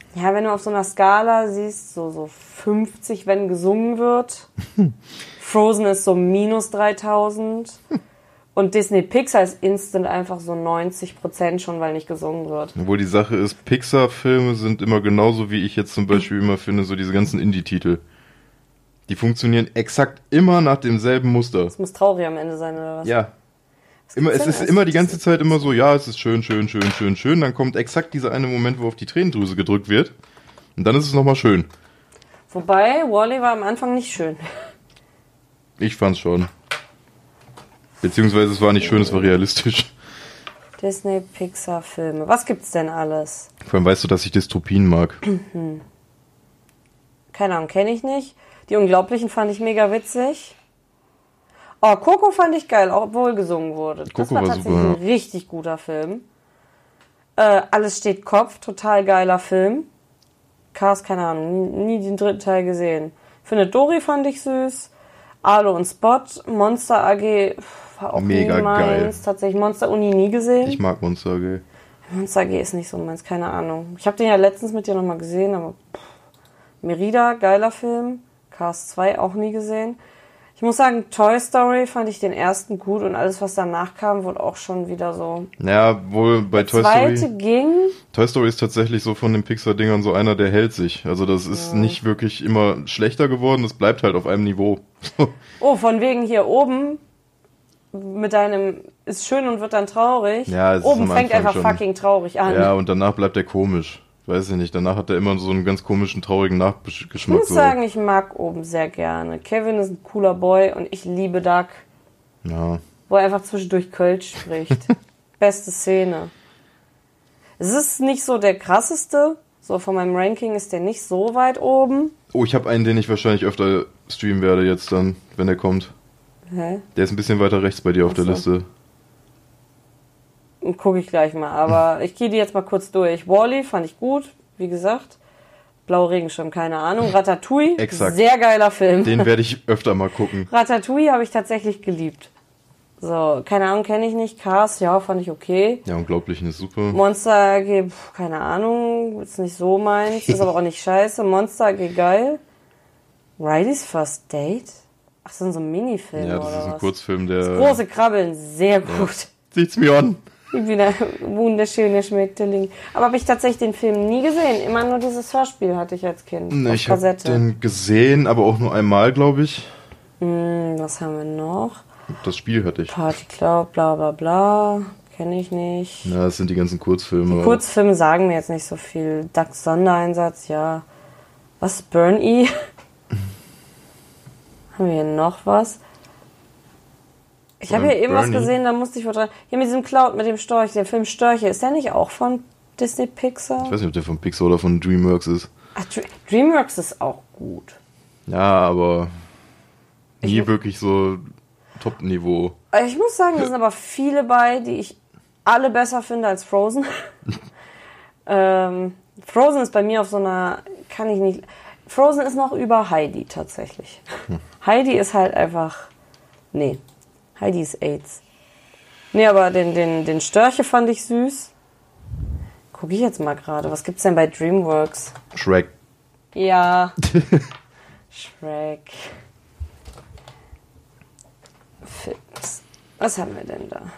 Ja, wenn du auf so einer Skala siehst, so, so fünfzig, wenn gesungen wird. Frozen ist so minus dreitausend. Und Disney Pixar ist instant einfach so neunzig Prozent schon, weil nicht gesungen wird. Obwohl die Sache ist, Pixar-Filme sind immer genauso, wie ich jetzt zum Beispiel immer finde, so diese ganzen Indie-Titel. Die funktionieren exakt immer nach demselben Muster. Das muss traurig am Ende sein, oder was? Ja. Immer, es ist immer die ganze Zeit immer so, ja, es ist schön, schön, schön, schön, schön. Dann kommt exakt dieser eine Moment, wo auf die Tränendrüse gedrückt wird. Und dann ist es nochmal schön. Wobei, Wall-E war am Anfang nicht schön. Ich fand's schon. Beziehungsweise es war nicht schön, es war realistisch. Disney Pixar Filme. Was gibt's denn alles? Vor allem weißt du, dass ich Dystopien mag. Keine Ahnung, kenne ich nicht. Die Unglaublichen fand ich mega witzig. Oh, Coco fand ich geil, auch obwohl gesungen wurde. Das Coco war war tatsächlich super, ein richtig guter Film. Äh, Alles steht Kopf, total geiler Film. Cars, keine Ahnung, nie, nie den dritten Teil gesehen. Findet Dory fand ich süß. Arlo und Spot, Monster A G war auch Mega nie meins. geil. Tatsächlich Monster Uni nie gesehen. Ich mag Monster A G. Monster A G ist nicht so meins, keine Ahnung. Ich habe den ja letztens mit dir nochmal gesehen, aber pff. Merida, geiler Film. Cars zwei auch nie gesehen. Ich muss sagen, Toy Story fand ich den ersten gut und alles, was danach kam, wurde auch schon wieder so. Ja, wohl bei Toy Zweite Story. ging. Toy Story ist tatsächlich so von den Pixar-Dingern so einer, der hält sich. Also das ist Ja. nicht wirklich immer schlechter geworden, das bleibt halt auf einem Niveau. Oh, von wegen hier oben mit deinem ist schön und wird dann traurig. Ja, es ist oben am fängt Anfang einfach schon. fucking traurig an. Ja, und danach bleibt er komisch. Weiß ich nicht, danach hat er immer so einen ganz komischen, traurigen Ich Nachgeschmack. muss So. sagen, ich mag oben sehr gerne. Kevin ist ein cooler Boy und ich liebe Duck, Ja. wo er einfach zwischendurch Kölsch spricht. Beste Szene. Es ist nicht so der krasseste. So von meinem Ranking ist der nicht so weit oben. Oh, ich habe einen, den ich wahrscheinlich öfter streamen werde jetzt dann, wenn er kommt. Hä? Der ist ein bisschen weiter rechts bei dir auf Ach der so. Liste. Gucke ich gleich mal. Aber ich gehe die jetzt mal kurz durch. Wall-E fand ich gut, wie gesagt. Blauer Regenschirm, keine Ahnung. Ratatouille, Exakt. sehr geiler Film. Den werde ich öfter mal gucken. Ratatouille habe ich tatsächlich geliebt. So, keine Ahnung, kenne ich nicht. Cars, ja, fand ich okay. Ja, Unglaublichen ist super. Monster A G, pf, keine Ahnung, ist nicht so meins, ist aber auch nicht scheiße. Monster A G, geil. Riley's First Date? Ach, das sind so Minifilme Ja, das oder ist ein was? Kurzfilm, der... Das große Krabbeln, sehr gut. Sieht's mir an. Ich bin ein wunderschöner Schmetterling. Aber habe ich tatsächlich den Film nie gesehen. Immer nur dieses Hörspiel hatte ich als Kind. Nee, auf ich habe Kassette. den gesehen, aber auch nur einmal, glaube ich. Hm, was haben wir noch? Das Spiel hatte ich. Party Cloud, bla bla bla. Kenne ich nicht. Ja, das sind die ganzen Kurzfilme. Die Kurzfilme sagen mir jetzt nicht so viel. Ducks Sondereinsatz, ja. Was? Burn-E? Haben wir hier noch was? Ich habe hier eben was Bernie. gesehen, da musste ich wohl dran. Hier mit diesem Cloud, mit dem Storch, der Film Störche. Ist der nicht auch von Disney Pixar? Ich weiß nicht, ob der von Pixar oder von DreamWorks ist. Ach, Dr- DreamWorks ist auch gut. Ja, aber nie Ich- wirklich so Top-Niveau. Also ich muss sagen, da sind aber viele bei, die ich alle besser finde als Frozen. ähm, Frozen ist bei mir auf so einer, kann ich nicht... Frozen ist noch über Heidi tatsächlich. Heidi ist halt einfach... Nee, Heidi ist AIDS. Nee, aber den, den, den Störche fand ich süß. Gucke ich jetzt mal gerade. Was gibt's denn bei DreamWorks? Shrek. Ja. Shrek. Films. Was haben wir denn da?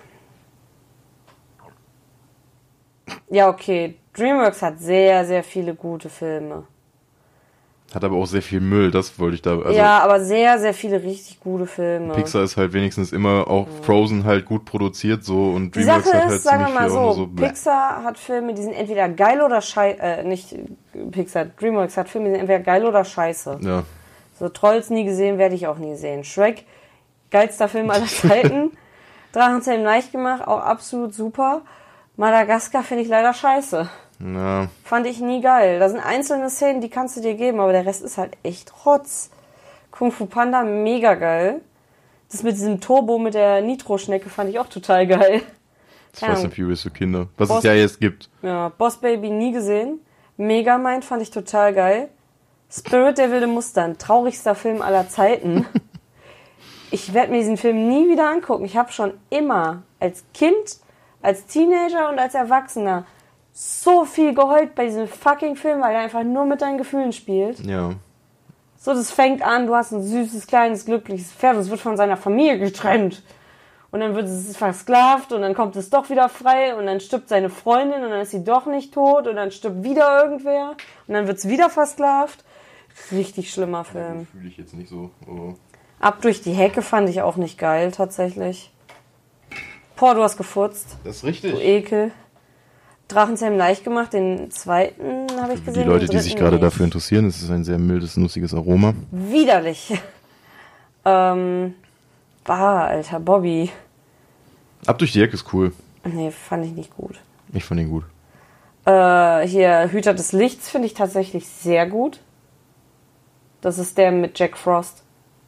Ja, okay. DreamWorks hat sehr, sehr viele gute Filme. Hat aber auch sehr viel Müll, das wollte ich da... Also ja, aber sehr, sehr viele richtig gute Filme. Pixar ist halt wenigstens immer auch Frozen halt gut produziert so und Die DreamWorks Sache hat halt ist, sagen wir ziemlich mal viel auch nur so, so... bläh. Pixar hat Filme, die sind entweder geil oder scheiße, äh, nicht Pixar, DreamWorks hat Filme, die sind entweder geil oder scheiße. Ja. So, Trolls nie gesehen, werde ich auch nie sehen. Shrek, geilster Film aller Zeiten. Drachenzähmen leicht gemacht, auch absolut super. Madagaskar finde ich leider scheiße. Ja. Fand ich nie geil. Da sind einzelne Szenen, die kannst du dir geben, aber der Rest ist halt echt Rotz. Kung Fu Panda, mega geil. Das mit diesem Turbo mit der Nitro-Schnecke fand ich auch total geil. Fast and Furious für Kinder. Was Boss- es ja jetzt gibt. Ja, Boss Baby nie gesehen. Megamind fand ich total geil. Spirit, der wilde Mustang, traurigster Film aller Zeiten. Ich werde mir diesen Film nie wieder angucken. Ich habe schon immer als Kind, als Teenager und als Erwachsener so viel geheult bei diesem fucking Film, weil er einfach nur mit deinen Gefühlen spielt. Ja. So, das fängt an, du hast ein süßes, kleines, glückliches Pferd und es wird von seiner Familie getrennt. Und dann wird es versklavt und dann kommt es doch wieder frei und dann stirbt seine Freundin und dann ist sie doch nicht tot und dann stirbt wieder irgendwer und dann wird es wieder versklavt. Richtig schlimmer Film. Ja, fühle ich jetzt nicht so. Oh. Ab durch die Hecke fand ich auch nicht geil, tatsächlich. Boah, du hast gefurzt. Das ist richtig. Du Ekel. Drachenzähmen leicht gemacht, den zweiten habe ich Für gesehen. die Leute, die sich gerade nicht. dafür interessieren, es ist ein sehr mildes, nussiges Aroma. Widerlich. ähm, bah, alter, Bobby. Ab durch die Ecke ist cool. Nee, fand ich nicht gut. Ich fand ihn gut. Äh, hier, Hüter des Lichts finde ich tatsächlich sehr gut. Das ist der mit Jack Frost.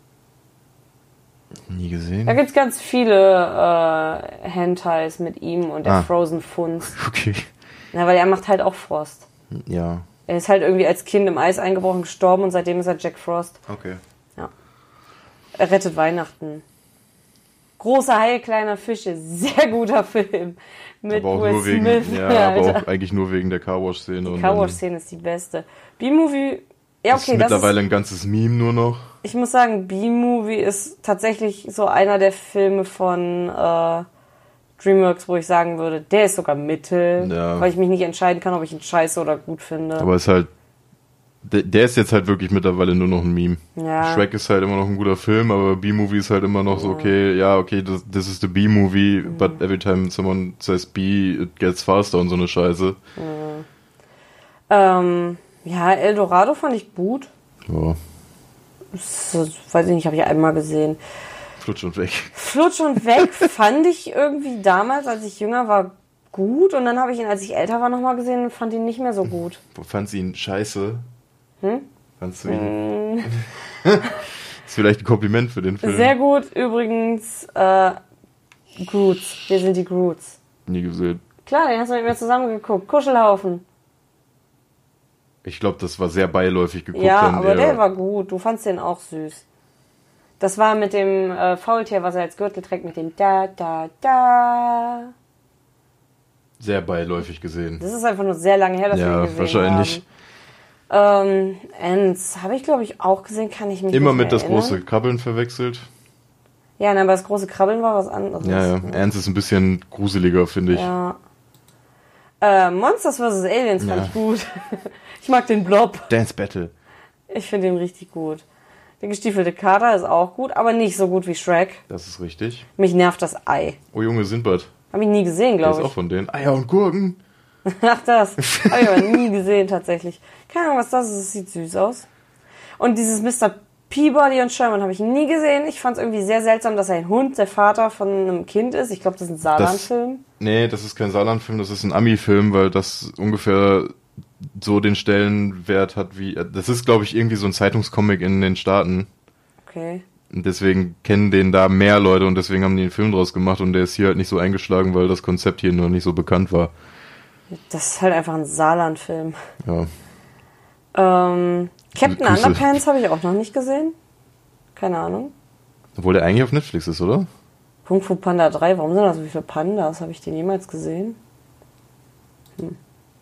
Nie gesehen. Da gibt es ganz viele äh, Hentais mit ihm und der ah. Frozen Funz. Okay. Na, weil er macht halt auch Frost. Ja. Er ist halt irgendwie als Kind im Eis eingebrochen, gestorben und seitdem ist er Jack Frost. Okay. Ja. Er rettet Weihnachten. Großer Hai, kleiner Fische. Sehr guter Film. Mit aber auch Will nur wegen, Smith. ja, aber auch eigentlich nur wegen der Carwash-Szene. Die Carwash-Szene ist die beste. B-Movie, ja, okay. Ist das mittlerweile ist, ein ganzes Meme nur noch. Ich muss sagen, B-Movie ist tatsächlich so einer der Filme von äh, DreamWorks, wo ich sagen würde, der ist sogar Mittel, ja. weil ich mich nicht entscheiden kann, ob ich ihn scheiße oder gut finde. Aber ist halt, der, der ist jetzt halt wirklich mittlerweile nur noch ein Meme. Ja. Shrek ist halt immer noch ein guter Film, aber B-Movie ist halt immer noch ja. so, okay, ja, okay, this, this is the B-Movie, mhm. but every time someone says B, it gets faster und so eine Scheiße. Mhm. Ähm, ja, El Dorado fand ich gut. Ja. Das, weiß ich nicht, habe ich einmal gesehen. Flutsch und weg. Flutsch und weg fand ich irgendwie damals, als ich jünger war, gut. Und dann habe ich ihn, als ich älter war, nochmal gesehen und fand ihn nicht mehr so gut. Fandst du ihn scheiße? Hm? Fandst du ihn? Hm. Das ist vielleicht ein Kompliment für den Film. Sehr gut, übrigens, äh, Groots. Wir sind die Groots. Nie gesehen. Klar, den hast du mit mir zusammen geguckt. Kuschelhaufen. Ich glaube, das war sehr beiläufig geguckt. Ja, aber der war gut. Du fandst den auch süß. Das war mit dem äh, Faultier, was er als Gürtel trägt, mit dem da, da, da. Sehr beiläufig gesehen. Das ist einfach nur sehr lange her, dass ja, wir ihn gesehen wahrscheinlich. haben. Ähm, Ants habe ich, glaube ich, auch gesehen, kann ich mich Immer nicht mit das erinnern. große Krabbeln verwechselt. Ja, aber das große Krabbeln war was anderes. Ja, ja. Ants ist ein bisschen gruseliger, finde ich. Ja. Äh, Monsters versus. Aliens fand ja. ich gut. Ich mag den Blob. Dance Battle. Ich finde den richtig gut. Der gestiefelte Kater ist auch gut, aber nicht so gut wie Shrek. Das ist richtig. Mich nervt das Ei. Oh Junge, Sindbad. Hab ich nie gesehen, glaube ich. Der ist auch von denen. Eier und Gurken. Ach, das. Hab ich aber nie gesehen, tatsächlich. Keine Ahnung, was das ist. Es sieht süß aus. Und dieses Mister Peabody und Sherman habe ich nie gesehen. Ich fand es irgendwie sehr seltsam, dass ein Hund der Vater von einem Kind ist. Ich glaube, das ist ein Saarland-Film. Nee, das ist kein Saarland-Film, das ist ein Ami-Film, weil das ungefähr so den Stellenwert hat wie... Das ist, glaube ich, irgendwie so ein Zeitungscomic in den Staaten. Okay. Und deswegen kennen den da mehr Leute und deswegen haben die einen Film draus gemacht und der ist hier halt nicht so eingeschlagen, weil das Konzept hier noch nicht so bekannt war. Das ist halt einfach ein Saarland-Film. Ja. Ähm, Captain Grüße. Underpants habe ich auch noch nicht gesehen. Keine Ahnung. Obwohl der eigentlich auf Netflix ist, oder? Kung Fu Panda drei, warum sind da so viele Pandas? Habe ich den jemals gesehen? Hm.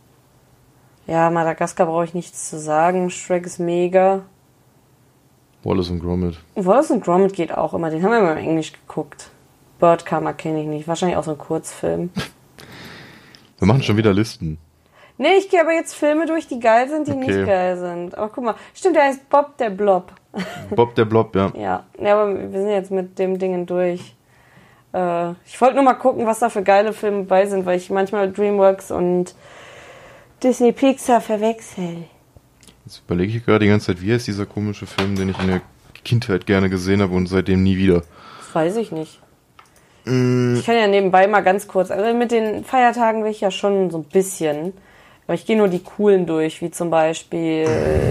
Ja, Madagaskar brauche ich nichts zu sagen. Shrek ist mega. Wallace und Gromit. Wallace und Gromit geht auch immer. Den haben wir immer im Englisch geguckt. Bird Karma kenne ich nicht. Wahrscheinlich auch so ein Kurzfilm. Wir machen schon wieder Listen. Nee, ich gehe aber jetzt Filme durch, die geil sind, die Okay. nicht geil sind. Aber guck mal, stimmt, der heißt Bob der Blob. Bob der Blob, ja. Ja, ja, aber wir sind jetzt mit dem Dingen durch. Äh, ich wollte nur mal gucken, was da für geile Filme bei sind, weil ich manchmal DreamWorks und Disney Pixar verwechsel. Jetzt überlege ich gerade die ganze Zeit, wie heißt dieser komische Film, den ich in der Kindheit gerne gesehen habe und seitdem nie wieder. Das weiß ich nicht. Mm. Ich kann ja nebenbei mal ganz kurz, also mit den Feiertagen will ich ja schon so ein bisschen, aber ich gehe nur die coolen durch, wie zum Beispiel,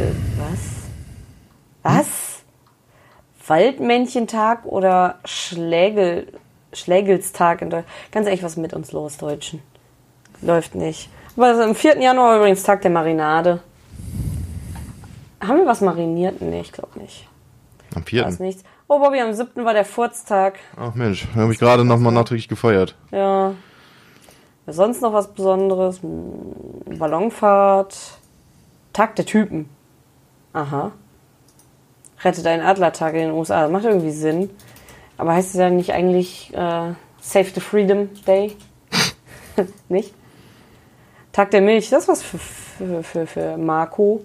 was? Was? Hm? Waldmännchentag oder Schlägel, Schlägelstag in Deutschland. Ganz ehrlich, was ist mit uns los, Deutschen? Läuft nicht. Aber also am vierten Januar übrigens Tag der Marinade. Haben wir was mariniert? Nee, ich glaube nicht. Am vierten? Da ist nichts. Oh, Bobby, am siebten war der Furztag. Ach Mensch, da habe ich gerade nochmal nachträglich gefeiert. Ja. Was sonst noch was Besonderes? Ballonfahrt. Tag der Typen. Aha. Rettet einen Adlertag in den U S A. Das macht irgendwie Sinn. Aber heißt es ja nicht eigentlich äh, Save the Freedom Day? Nicht? Tag der Milch, das ist was für, für, für, für Marco.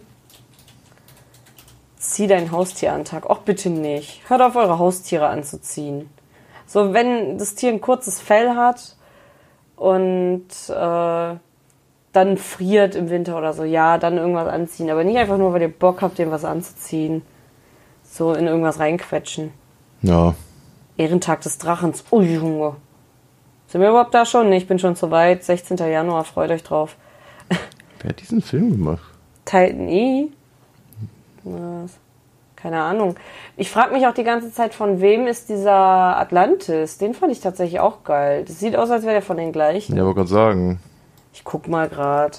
Zieh dein Haustier an den Tag. Och, bitte nicht. Hört auf, eure Haustiere anzuziehen. So, wenn das Tier ein kurzes Fell hat und äh, dann friert im Winter oder so, ja, dann irgendwas anziehen. Aber nicht einfach nur, weil ihr Bock habt, dem was anzuziehen. So in irgendwas reinquetschen. Ja. Ehrentag des Drachens. Oh, Junge. Sind wir überhaupt da schon? Nee, ich bin schon zu weit. sechzehnten Januar, freut euch drauf. Wer hat diesen Film gemacht? Titan E? Was? Keine Ahnung. Ich frage mich auch die ganze Zeit, von wem ist dieser Atlantis? Den fand ich tatsächlich auch geil. Das sieht aus, als wäre der von den gleichen. Ja, wollte gerade sagen. Ich guck mal gerade.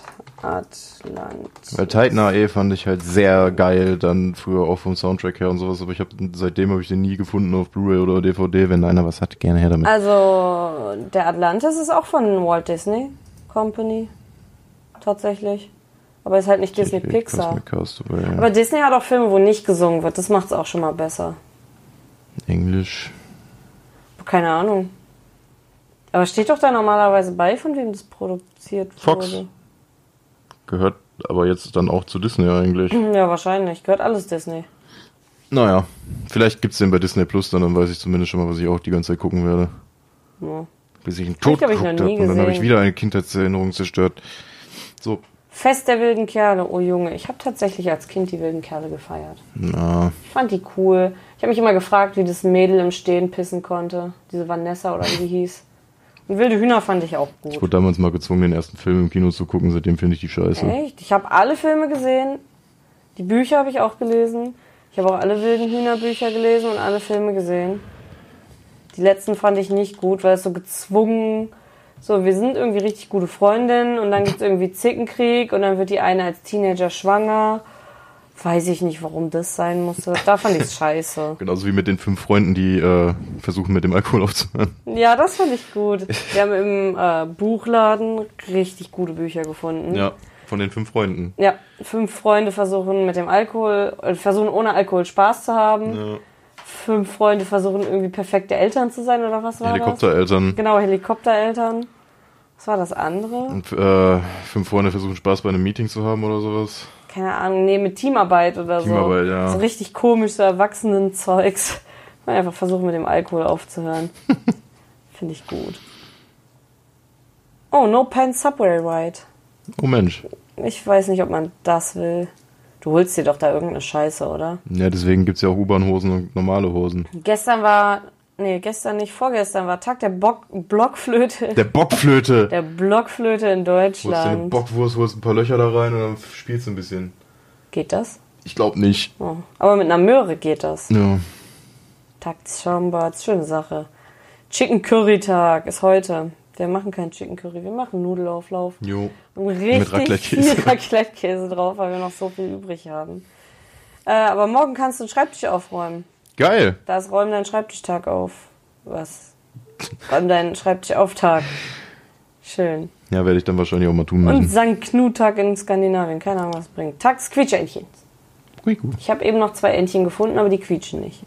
Atlantis. Weil Titan A E fand ich halt sehr geil, dann früher auch vom Soundtrack her und sowas, aber ich habe seitdem habe ich den nie gefunden auf Blu-ray oder D V D. Wenn einer was hat, gerne her damit. Also, der Atlantis ist auch von Walt Disney Company. Tatsächlich. Aber ist halt nicht Disney Pixar. Cast, aber, ja. aber Disney hat auch Filme, wo nicht gesungen wird. Das macht's auch schon mal besser. Englisch. Keine Ahnung. Aber steht doch da normalerweise bei, von wem das produziert Fox. wurde? Gehört aber jetzt dann auch zu Disney eigentlich. Ja, wahrscheinlich. Gehört alles Disney. Naja, vielleicht gibt's den bei Disney Plus, dann, dann weiß ich zumindest schon mal, was ich auch die ganze Zeit gucken werde. Ja. Bis ich ihn tot hab ich geguckt noch nie habe und dann habe ich gesehen. wieder eine Kindheitserinnerung zerstört. So. Fest der wilden Kerle. Oh Junge, ich habe tatsächlich als Kind die wilden Kerle gefeiert. Na. Ich fand die cool. Ich habe mich immer gefragt, wie das Mädel im Stehen pissen konnte. Diese Vanessa oder wie die hieß. Und wilde Hühner fand ich auch gut. Ich wurde damals mal gezwungen, den ersten Film im Kino zu gucken, seitdem finde ich die scheiße. Echt? Ich habe alle Filme gesehen. Die Bücher habe ich auch gelesen. Ich habe auch alle wilden Hühnerbücher gelesen und alle Filme gesehen. Die letzten fand ich nicht gut, weil es so gezwungen, so wir sind irgendwie richtig gute Freundinnen und dann gibt es irgendwie Zickenkrieg und dann wird die eine als Teenager schwanger. Weiß ich nicht, warum das sein musste. Da fand ich es scheiße. Genauso wie mit den fünf Freunden, die äh, versuchen, mit dem Alkohol aufzuhören. Ja, das fand ich gut. Wir haben im äh, Buchladen richtig gute Bücher gefunden. Ja, von den fünf Freunden. Ja, fünf Freunde versuchen mit dem Alkohol, äh, versuchen ohne Alkohol Spaß zu haben. Ja. Fünf Freunde versuchen irgendwie perfekte Eltern zu sein, oder was war Helikoptereltern. das? Genau, Helikoptereltern. Was war das andere? Und äh, fünf Freunde versuchen Spaß bei einem Meeting zu haben oder sowas. Keine Ahnung, nee, mit Teamarbeit oder Teamarbeit, so. ja. So richtig komisch, so Erwachsenen-Zeugs. Mal einfach versuchen, mit dem Alkohol aufzuhören. Finde ich gut. Oh, No Pants Subway Ride. Oh Mensch. Ich weiß nicht, ob man das will. Du holst dir doch da irgendeine Scheiße, oder? Ja, deswegen gibt's ja auch U-Bahn-Hosen und normale Hosen. Gestern war, nee, gestern nicht, vorgestern war Tag der Bock, Blockflöte. Der Bockflöte! Der Blockflöte in Holst dir eine Deutschland. Bockwurst, holst ein paar Löcher da rein und dann spielst du ein bisschen. Geht das? Ich glaube nicht. Oh. Aber mit einer Möhre geht das. Ja. Tag des Schaumbads, schöne Sache. Chicken Curry Tag ist heute. Wir machen keinen Chicken Curry, wir machen Nudelauflauf. Jo. Und richtig Raclette-Käse. viel Raclette-Käse drauf, weil wir noch so viel übrig haben. Äh, aber morgen kannst du den Schreibtisch aufräumen. Geil! Da ist Räum deinen Schreibtischtag auf. Was? Räum deinen Schreibtisch auf Tag. Schön. Ja, werde ich dann wahrscheinlich auch mal tun Und müssen. Sankt Knut-Tag in Skandinavien. Keine Ahnung, was es bringt. Tag des Quietschentchens. Ui, gut. Ich habe eben noch zwei Entchen gefunden, aber die quietschen nicht.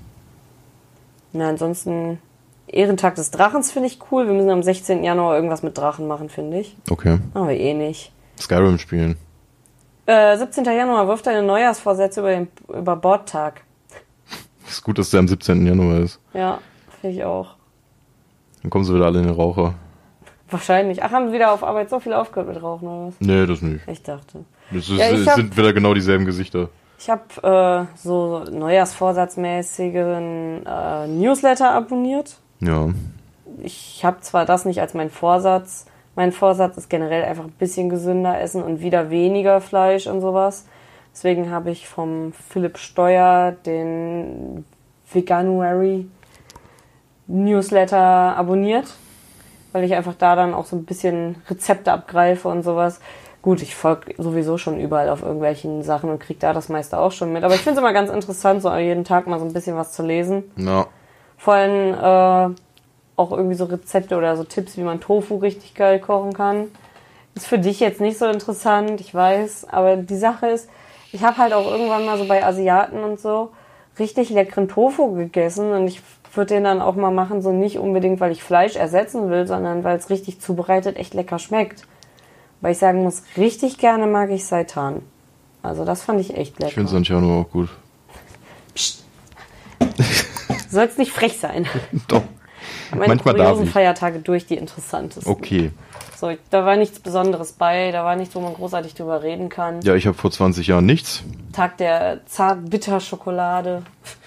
Na, ansonsten Ehrentag des Drachens finde ich cool. Wir müssen am sechzehnten Januar irgendwas mit Drachen machen, finde ich. Okay. Machen wir eh nicht. Skyrim spielen. Äh, siebenzehnten Januar wirft deine Neujahrsvorsätze über den über Bordtag. Ist gut, dass der am siebzehnten Januar ist. Ja, finde ich auch. Dann kommen sie wieder alle in den Raucher. Wahrscheinlich. Ach, haben sie wieder auf Arbeit so viel aufgehört mit Rauchen oder was? Nee, das nicht. Ich dachte. Das ist, Ja, ich es hab- sind wieder genau dieselben Gesichter. Ich habe äh, so neujahrsvorsatzmäßigen äh, Newsletter abonniert. Ja. Ich habe zwar das nicht als mein Vorsatz. Mein Vorsatz ist generell einfach ein bisschen gesünder essen und wieder weniger Fleisch und sowas. Deswegen habe ich vom Philipp Steuer den Veganuary Newsletter abonniert, weil ich einfach da dann auch so ein bisschen Rezepte abgreife und sowas. Gut, ich folge sowieso schon überall auf irgendwelchen Sachen und kriege da das meiste auch schon mit. Aber ich finde es immer ganz interessant, so jeden Tag mal so ein bisschen was zu lesen. Ja. Vor allem, äh, auch irgendwie so Rezepte oder so Tipps, wie man Tofu richtig geil kochen kann. Ist für dich jetzt nicht so interessant, ich weiß, aber die Sache ist, ich habe halt auch irgendwann mal so bei Asiaten und so richtig leckeren Tofu gegessen und ich würde den dann auch mal machen, so nicht unbedingt, weil ich Fleisch ersetzen will, sondern weil es richtig zubereitet echt lecker schmeckt. Weil ich sagen muss, richtig gerne mag ich Seitan. Also das fand ich echt lecker. Ich finde Santiano auch gut. Psst. Du sollst nicht frech sein. Doch. Meine Manchmal darf ich. Feiertage durch, die interessantesten. Okay. So, da war nichts Besonderes bei, da war nichts, wo man großartig drüber reden kann. Ja, ich habe vor zwanzig Jahren nichts. Tag der Zart-Bitter-Schokolade.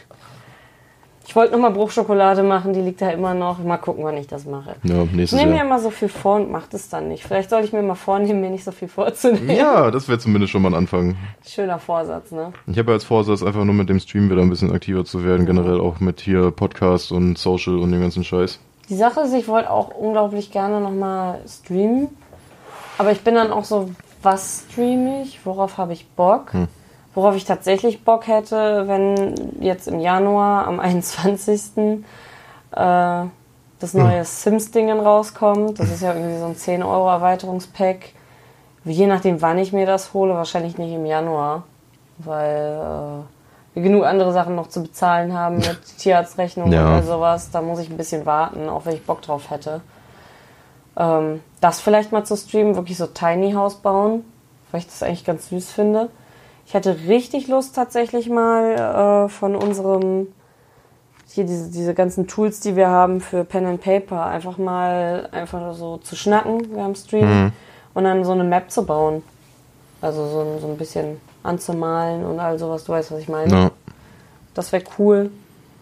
Ich wollte nochmal Bruchschokolade machen, die liegt da immer noch. Mal gucken, wann ich das mache. Ja, nächstes ich nehme mir Jahr. immer so viel vor und mache das dann nicht. Vielleicht sollte ich mir mal vornehmen, mir nicht so viel vorzunehmen. Ja, das wäre zumindest schon mal ein Anfang. Schöner Vorsatz, ne? Ich habe ja als Vorsatz, einfach nur mit dem Stream wieder ein bisschen aktiver zu werden. Generell auch mit hier Podcast und Social und dem ganzen Scheiß. Die Sache ist, ich wollte auch unglaublich gerne nochmal streamen. Aber ich bin dann auch so, was streame ich? Worauf habe ich Bock? Hm. Worauf ich tatsächlich Bock hätte, wenn jetzt im Januar am einundzwanzigsten Äh, das neue hm. Sims-Dingen rauskommt. Das ist ja irgendwie so ein zehn Euro Erweiterungspack. Je nachdem, wann ich mir das hole, wahrscheinlich nicht im Januar. Weil äh, wir genug andere Sachen noch zu bezahlen haben mit Tierarztrechnung ja. oder sowas. Da muss ich ein bisschen warten, auch wenn ich Bock drauf hätte. Ähm, das vielleicht mal zu streamen, wirklich so Tiny House bauen, weil ich das eigentlich ganz süß finde. Ich hatte richtig Lust tatsächlich mal äh, von unserem, hier diese, diese ganzen Tools, die wir haben für Pen and Paper, einfach mal einfach so zu schnacken, wir haben Stream, mhm. und dann so eine Map zu bauen. Also so, so ein bisschen anzumalen und all sowas, du weißt, was ich meine. Ja. Das wäre cool.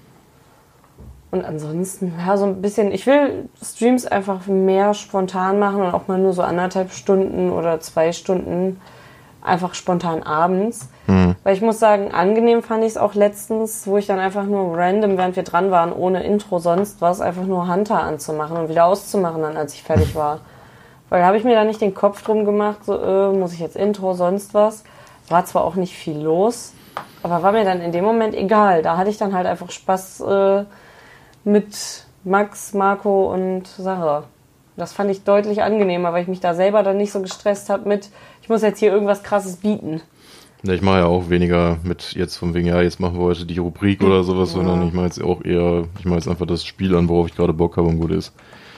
Und ansonsten, ja, so ein bisschen, ich will Streams einfach mehr spontan machen und auch mal nur so anderthalb Stunden oder zwei Stunden einfach spontan abends. Mhm. Weil ich muss sagen, angenehm fand ich es auch letztens, wo ich dann einfach nur random, während wir dran waren, ohne Intro, sonst was, einfach nur Hunter anzumachen und wieder auszumachen dann, als ich fertig war. Weil da habe ich mir da nicht den Kopf drum gemacht, so, äh, muss ich jetzt Intro, sonst was. War zwar auch nicht viel los, aber war mir dann in dem Moment egal. Da hatte ich dann halt einfach Spaß äh, mit Max, Marco und Sarah. Das fand ich deutlich angenehmer, weil ich mich da selber dann nicht so gestresst habe mit, ich muss jetzt hier irgendwas Krasses bieten. Ja, ich mache ja auch weniger mit jetzt von wegen, ja, jetzt machen wir heute die Rubrik oder sowas, ja. sondern ich mache jetzt auch eher, ich mache jetzt einfach das Spiel an, worauf ich gerade Bock habe und gut ist.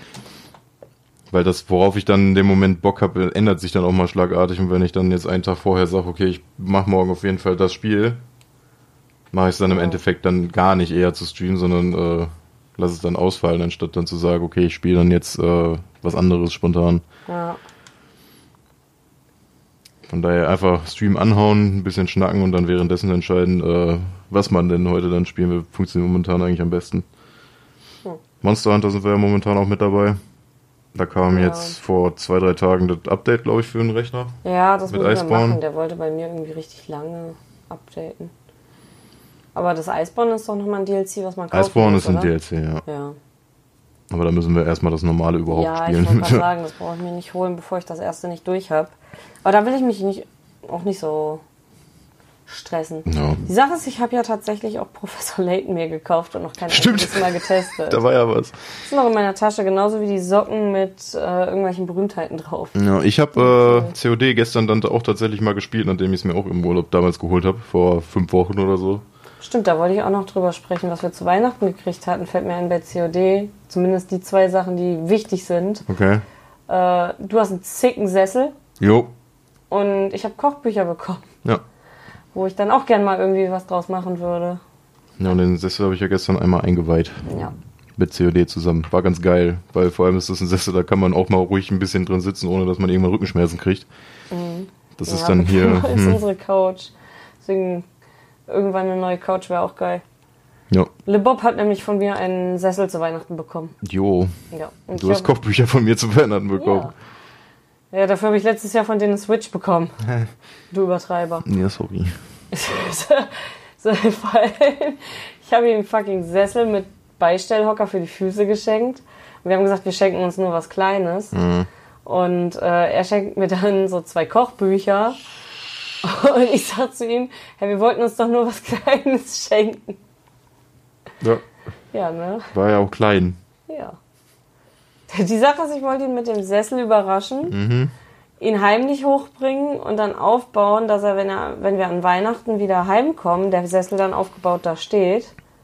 Weil das, worauf ich dann in dem Moment Bock habe, ändert sich dann auch mal schlagartig. Und wenn ich dann jetzt einen Tag vorher sage, okay, ich mache morgen auf jeden Fall das Spiel, mache ich es dann im ja. Endeffekt dann gar nicht eher zu streamen, sondern äh, lass es dann ausfallen, anstatt dann zu sagen, okay, ich spiele dann jetzt äh, was anderes spontan. Ja. Von daher einfach Stream anhauen, ein bisschen schnacken und dann währenddessen entscheiden, äh, was man denn heute dann spielen will. Funktioniert momentan eigentlich am besten. Hm. Monster Hunter sind wir ja momentan auch mit dabei. Da kam ja. jetzt vor zwei, drei Tagen das Update, glaube ich, für den Rechner. Ja, das mit müssen wir machen. Der wollte bei mir irgendwie richtig lange updaten. Aber das Iceborne ist doch nochmal ein D L C, was man kaufen Iceborne muss, ist ein oder? D L C, ja. ja. Aber da müssen wir erstmal das Normale überhaupt ja, spielen. Ja, ich wollte sagen, das brauche ich mir nicht holen, bevor ich das erste nicht durch habe. Aber da will ich mich nicht, auch nicht so stressen. No. Die Sache ist, ich habe ja tatsächlich auch Professor Layton mir gekauft und noch kein einziges Mal getestet. Da war ja was. Das ist noch in meiner Tasche, genauso wie die Socken mit äh, irgendwelchen Berühmtheiten drauf. Ja, ich habe äh, C O D gestern dann auch tatsächlich mal gespielt, nachdem ich es mir auch im Urlaub damals geholt habe, vor fünf Wochen oder so. Stimmt, da wollte ich auch noch drüber sprechen, was wir zu Weihnachten gekriegt hatten, fällt mir ein bei C O D. Zumindest die zwei Sachen, die wichtig sind. Okay. Äh, du hast einen zicken Sessel. Jo. Und ich habe Kochbücher bekommen. Ja. Wo ich dann auch gern mal irgendwie was draus machen würde. Ja, und den Sessel habe ich ja gestern einmal eingeweiht. Ja. Mit C O D zusammen. War ganz geil, weil vor allem ist das ein Sessel, da kann man auch mal ruhig ein bisschen drin sitzen, ohne dass man irgendwann Rückenschmerzen kriegt. Mhm. Das ja, ist dann hier... Das ist hm. unsere Couch. Deswegen irgendwann eine neue Couch wäre auch geil. Ja. Le Bob hat nämlich von mir einen Sessel zu Weihnachten bekommen. Jo. Ja. Und du hast hab... Kochbücher von mir zu Weihnachten bekommen. Ja. Ja, dafür habe ich letztes Jahr von denen eine Switch bekommen. Du Übertreiber. Ja, sorry. so, ich habe ihm einen fucking Sessel mit Beistellhocker für die Füße geschenkt. Und wir haben gesagt, wir schenken uns nur was Kleines. Mhm. Und äh, er schenkt mir dann so zwei Kochbücher. Und ich sag zu ihm, hey, wir wollten uns doch nur was Kleines schenken. Ja. Ja, ne? War ja auch klein. Ja. Die Sache ist, ich wollte ihn mit dem Sessel überraschen, Mhm. ihn heimlich hochbringen und dann aufbauen, dass er, wenn er, wenn wir an Weihnachten wieder heimkommen, der Sessel dann aufgebaut da steht.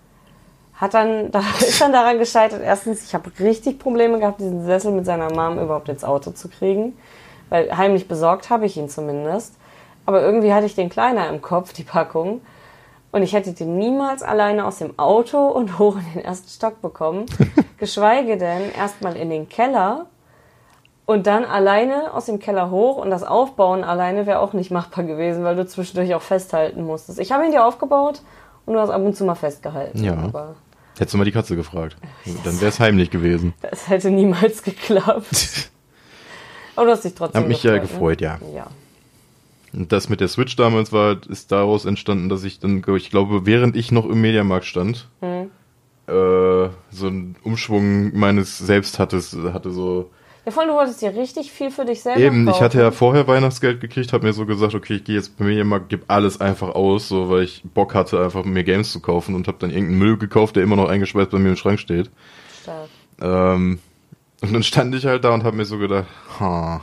Hat dann, da ist dann daran gescheitert. Erstens, ich habe richtig Probleme gehabt, diesen Sessel mit seiner Mom überhaupt ins Auto zu kriegen. Weil heimlich besorgt habe ich ihn zumindest. Aber irgendwie hatte ich den kleiner im Kopf, die Packung. Und ich hätte den niemals alleine aus dem Auto und hoch in den ersten Stock bekommen. Geschweige denn erstmal in den Keller und dann alleine aus dem Keller hoch. Und das Aufbauen alleine wäre auch nicht machbar gewesen, weil du zwischendurch auch festhalten musstest. Ich habe ihn dir aufgebaut und du hast ab und zu mal festgehalten. Ja. Aber Hättest du mal die Katze gefragt. Dann wäre es heimlich gewesen. das hätte niemals geklappt. Aber du hast dich trotzdem Hab mich gefreut, ja gefreut, ne? ja. Ja. Und das mit der Switch damals war, ist daraus entstanden, dass ich dann, ich glaube, während ich noch im Mediamarkt stand, Hm. äh, so einen Umschwung meines Selbst hatte, hatte so. Ja, voll, du wolltest dir richtig viel für dich selber Eben, kaufen. ich hatte ja vorher Weihnachtsgeld gekriegt, habe mir so gesagt, okay, ich gehe jetzt beim Mediamarkt, gebe alles einfach aus, so, weil ich Bock hatte, einfach mir Games zu kaufen und habe dann irgendeinen Müll gekauft, der immer noch eingeschweißt bei mir im Schrank steht. Stark. Ähm, und dann stand ich halt da und habe mir so gedacht, ha.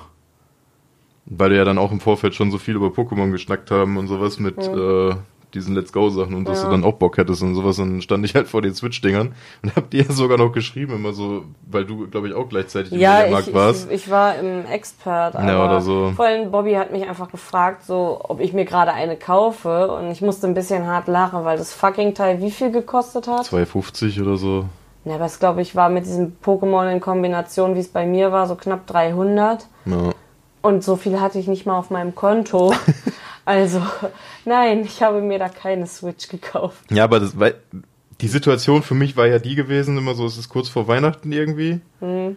Weil wir ja dann auch im Vorfeld schon so viel über Pokémon geschnackt haben und sowas mit Mhm. äh, diesen Let's Go Sachen und dass Ja. du dann auch Bock hättest und sowas. Und dann stand ich halt vor den Switch-Dingern und hab dir sogar noch geschrieben, immer so, weil du, glaube ich, auch gleichzeitig im Ja, Mediamarkt ich, warst. ich, ich war im Expert, aber Ja, oder so. vor allem Bobby hat mich einfach gefragt, so, ob ich mir gerade eine kaufe und ich musste ein bisschen hart lachen, weil das fucking Teil wie viel gekostet hat? zwei fünfzig oder so. Ja, aber es glaube ich war mit diesem Pokémon in Kombination, wie es bei mir war, so knapp dreihundert. Ja. Und so viel hatte ich nicht mal auf meinem Konto. Also, nein, ich habe mir da keine Switch gekauft. Ja, aber das, weil, die Situation für mich war ja die gewesen, immer so, es ist kurz vor Weihnachten irgendwie. Hm.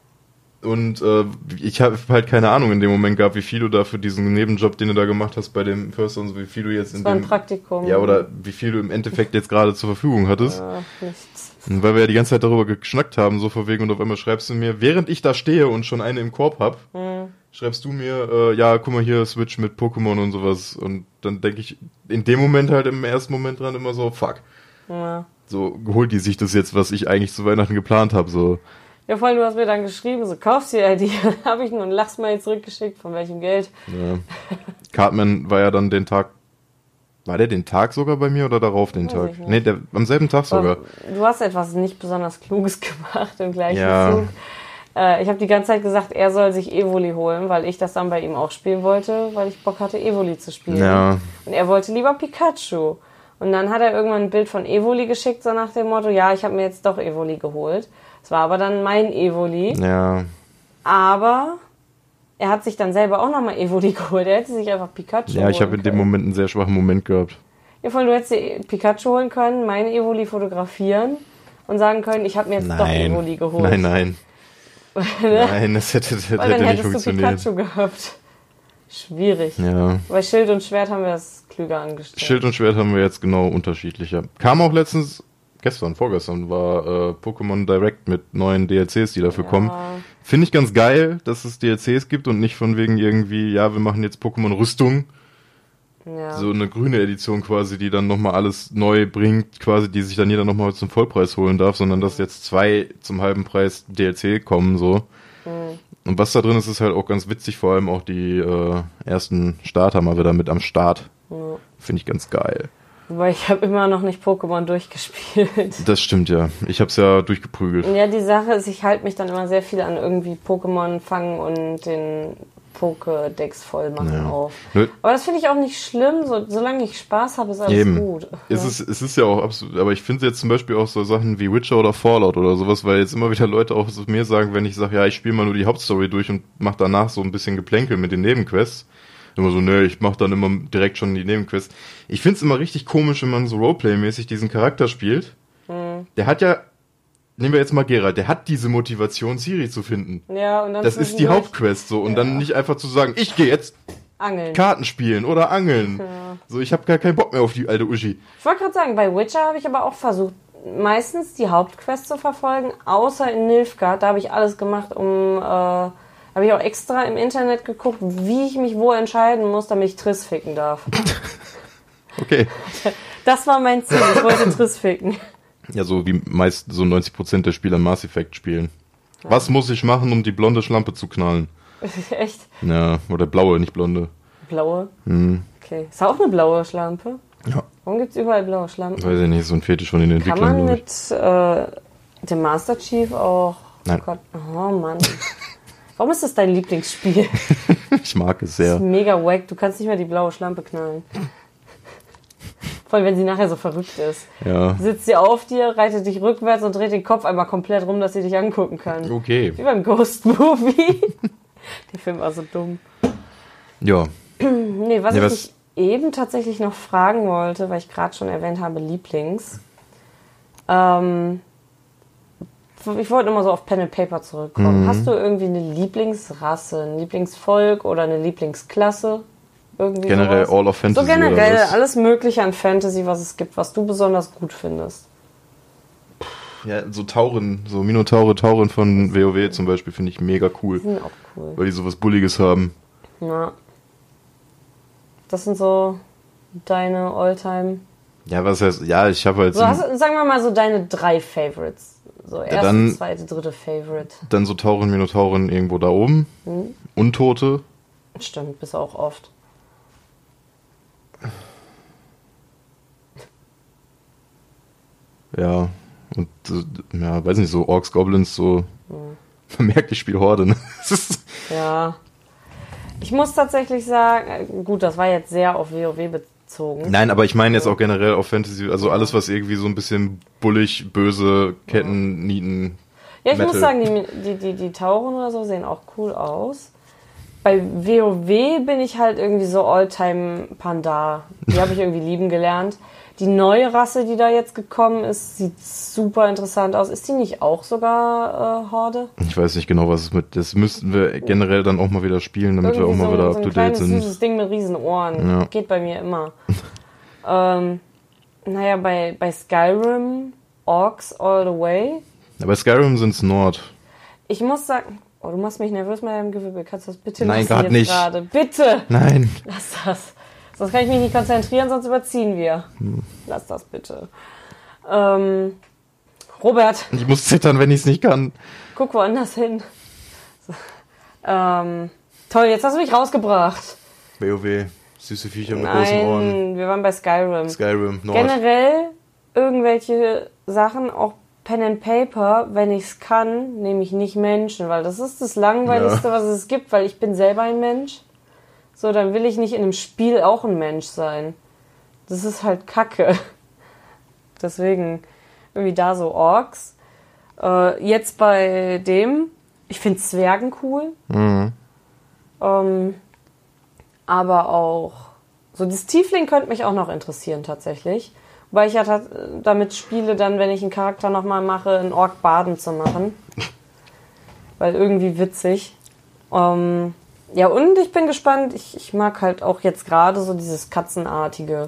Und äh, ich habe halt keine Ahnung in dem Moment gehabt, wie viel du da für diesen Nebenjob, den du da gemacht hast bei dem Förster und so, wie viel du jetzt in Das war ein dem Praktikum. ja, oder wie viel du im Endeffekt jetzt gerade zur Verfügung hattest. Ja, nichts. Und weil wir ja die ganze Zeit darüber geschnackt haben, so vor wegen, und auf einmal schreibst du mir, während ich da stehe und schon eine im Korb hab, Hm. schreibst du mir, äh, ja, guck mal hier, Switch mit Pokémon und sowas. Und dann denke ich in dem Moment halt im ersten Moment dran immer so, fuck. Ja. So, holt die sich das jetzt, was ich eigentlich zu Weihnachten geplant habe, so. Ja, voll, du hast mir dann geschrieben, so, kaufst dir die. Dann habe ich nur ein Lachsmail zurückgeschickt, von welchem Geld. Ja. Cartman war ja dann den Tag, war der den Tag sogar bei mir oder darauf den Weiß Tag? ich nicht. Nee, der, am selben Tag sogar. Aber du hast etwas nicht besonders Kluges gemacht im gleichen Ja. Zug. Äh, ich habe die ganze Zeit gesagt, er soll sich Evoli holen, weil ich das dann bei ihm auch spielen wollte, weil ich Bock hatte, Evoli zu spielen. Ja. Und er wollte lieber Pikachu. Und dann hat er irgendwann ein Bild von Evoli geschickt, so nach dem Motto, ja, ich habe mir jetzt doch Evoli geholt. Es war aber dann mein Evoli. Ja. Aber er hat sich dann selber auch nochmal Evoli geholt. Er hätte sich einfach Pikachu Ja, ich habe in dem können. Moment einen sehr schwachen Moment gehabt. Ja, voll, du hättest dir Pikachu holen können, meine Evoli fotografieren und sagen können, ich habe mir jetzt doch Nein. Evoli geholt. Nein, nein. Nein, das hätte, das Weil dann hätte nicht hättest du funktioniert. Pikachu gehabt. Schwierig. Ja. Bei Schild und Schwert haben wir das klüger angestellt. Schild und Schwert haben wir jetzt genau unterschiedlicher. Kam auch letztens, gestern, vorgestern, war äh, Pokémon Direct mit neuen D L Cs, die dafür Ja. kommen. Finde ich ganz geil, dass es D L Cs gibt und nicht von wegen irgendwie, ja, wir machen jetzt Pokémon Rüstung. Ja. So eine grüne Edition quasi, die dann nochmal alles neu bringt, quasi, die sich dann jeder nochmal zum Vollpreis holen darf, sondern dass jetzt zwei zum halben Preis D L C kommen, so. Mhm. Und was da drin ist, ist halt auch ganz witzig, vor allem auch die äh, ersten Starter mal wieder mit am Start. Ja. Finde ich ganz geil. Wobei ich habe immer noch nicht Pokémon durchgespielt. Das stimmt ja. Ich hab's ja durchgeprügelt. Ja, die Sache ist, ich halte mich dann immer sehr viel an irgendwie Pokémon fangen und den Pokédex voll machen Ja. auf. Nö. Aber das finde ich auch nicht schlimm. So, solange ich Spaß habe, ist alles Eben. gut. Es Ja. ist, es ist ja auch absolut, aber ich finde jetzt zum Beispiel auch so Sachen wie Witcher oder Fallout oder sowas, weil jetzt immer wieder Leute auch so mir sagen, wenn ich sage, ja, ich spiele mal nur die Hauptstory durch und mach danach so ein bisschen Geplänkel mit den Nebenquests. Immer so, ne, ich mach dann immer direkt schon die Nebenquests. Ich find's immer richtig komisch, wenn man so Roleplay-mäßig diesen Charakter spielt. Hm. Der hat ja, nehmen wir jetzt mal Geralt, der hat diese Motivation, Siri zu finden. Ja, und dann Das ist die zwischendurch Hauptquest so und Ja. dann nicht einfach zu sagen, ich gehe jetzt Angeln. Karten spielen oder angeln. Ja. So, ich habe gar keinen Bock mehr auf die alte Uschi. Ich wollte gerade sagen, bei Witcher habe ich aber auch versucht, meistens die Hauptquest zu verfolgen, außer in Nilfgaard. Da habe ich alles gemacht, um, äh, habe ich auch extra im Internet geguckt, wie ich mich wo entscheiden muss, damit ich Triss ficken darf. Okay. Das war mein Ziel, ich wollte Triss ficken. Ja, so wie meist so neunzig Prozent der Spieler Mass Effect spielen. Ja. Was muss ich machen, um die blonde Schlampe zu knallen? Echt? Ja, oder blaue, nicht blonde. Blaue? Mhm. Okay. Ist auch eine blaue Schlampe? Ja. Warum gibt es überall blaue Schlampen? Weiß ich nicht, so ein Fetisch von den Entwicklern. Kann man mit äh, dem Master Chief auch... Nein. Oh Gott, oh Mann. Warum ist das dein Lieblingsspiel? Ich mag es sehr. Das ist mega wack. Du kannst nicht mehr die blaue Schlampe knallen. Vor allem, wenn sie nachher so verrückt ist. Ja. Sitzt sie auf dir, reitet dich rückwärts und dreht den Kopf einmal komplett rum, dass sie dich angucken kann. Okay. Wie beim Ghost Movie. Der Film war so dumm. Ja. Nee, was nee, ich was mich eben tatsächlich noch fragen wollte, weil ich gerade schon erwähnt habe, Lieblings. Ähm, ich wollte immer so auf Pen and Paper zurückkommen. Mhm. Hast du irgendwie eine Lieblingsrasse, ein Lieblingsvolk oder eine Lieblingsklasse? Irgendwie generell sowas? All of Fantasy. So generell alles Mögliche an Fantasy, was es gibt, was du besonders gut findest. Ja, so Tauren, so Minotaure, Tauren von WoW zum Beispiel finde ich mega cool. Die sind auch cool. Weil die sowas Bulliges haben. Ja. Das sind so deine Alltime... Ja, was heißt, ja, ich habe halt... So, hast, sagen wir mal so deine drei Favorites. So erste, dann, zweite, dritte Favorite. Dann so Tauren, Minotauren irgendwo da oben. Hm. Untote. Stimmt, bist auch oft. Ja, und ja, weiß nicht, so Orks, Goblins, so... Hm. Man merkt, ich spiele Horde, ne? Ja. Ich muss tatsächlich sagen, gut, das war jetzt sehr auf WoW bezogen. Nein, aber ich meine jetzt auch generell auf Fantasy, also alles, was irgendwie so ein bisschen bullig, böse, Ketten, Nieten, Ja, ich Metal. muss sagen, die, die, die, die Tauren oder so sehen auch cool aus. Bei WoW bin ich halt irgendwie so All-Time Pandar. Die habe ich irgendwie lieben gelernt. Die neue Rasse, die da jetzt gekommen ist, sieht super interessant aus. Ist die nicht auch sogar äh, Horde? Ich weiß nicht genau, was es mit... Das müssten wir generell dann auch mal wieder spielen, damit irgendwie wir auch mal so, wieder so up to date sind. ein kleines, süßes Ding mit riesen Ohren. Ja. Geht bei mir immer. ähm, naja, bei, bei Skyrim, Orcs all the way. Ja, bei Skyrim sind's Nord. Ich muss sagen... Oh, du machst mich nervös mit deinem Gewibbel. Kannst du das bitte Nein, lassen gerade jetzt nicht. Grade? Bitte! Nein. Lass das. Sonst kann ich mich nicht konzentrieren, sonst überziehen wir. Hm. Lass das bitte. Ähm, Robert. Ich muss zittern, wenn ich es nicht kann. Guck woanders hin. So. Ähm, toll, jetzt hast du mich rausgebracht. WoW. Süße Viecher mit Nein, großen Ohren. Wir waren bei Skyrim. Skyrim, Nord. Generell irgendwelche Sachen, auch Pen and Paper, wenn ich es kann, nehme ich nicht Menschen, weil das ist das Langweiligste, ja. was es gibt, weil ich bin selber ein Mensch. So, dann will ich nicht in einem Spiel auch ein Mensch sein. Das ist halt Kacke. Deswegen irgendwie da so Orks. Äh, jetzt bei dem, ich finde Zwergen cool. Mhm. Ähm, aber auch, so das Tiefling könnte mich auch noch interessieren tatsächlich. Weil ich ja tat, damit spiele, dann, wenn ich einen Charakter nochmal mache, einen Ork baden zu machen. Weil irgendwie witzig. Ähm, ja, und ich bin gespannt, ich, ich mag halt auch jetzt gerade so dieses Katzenartige.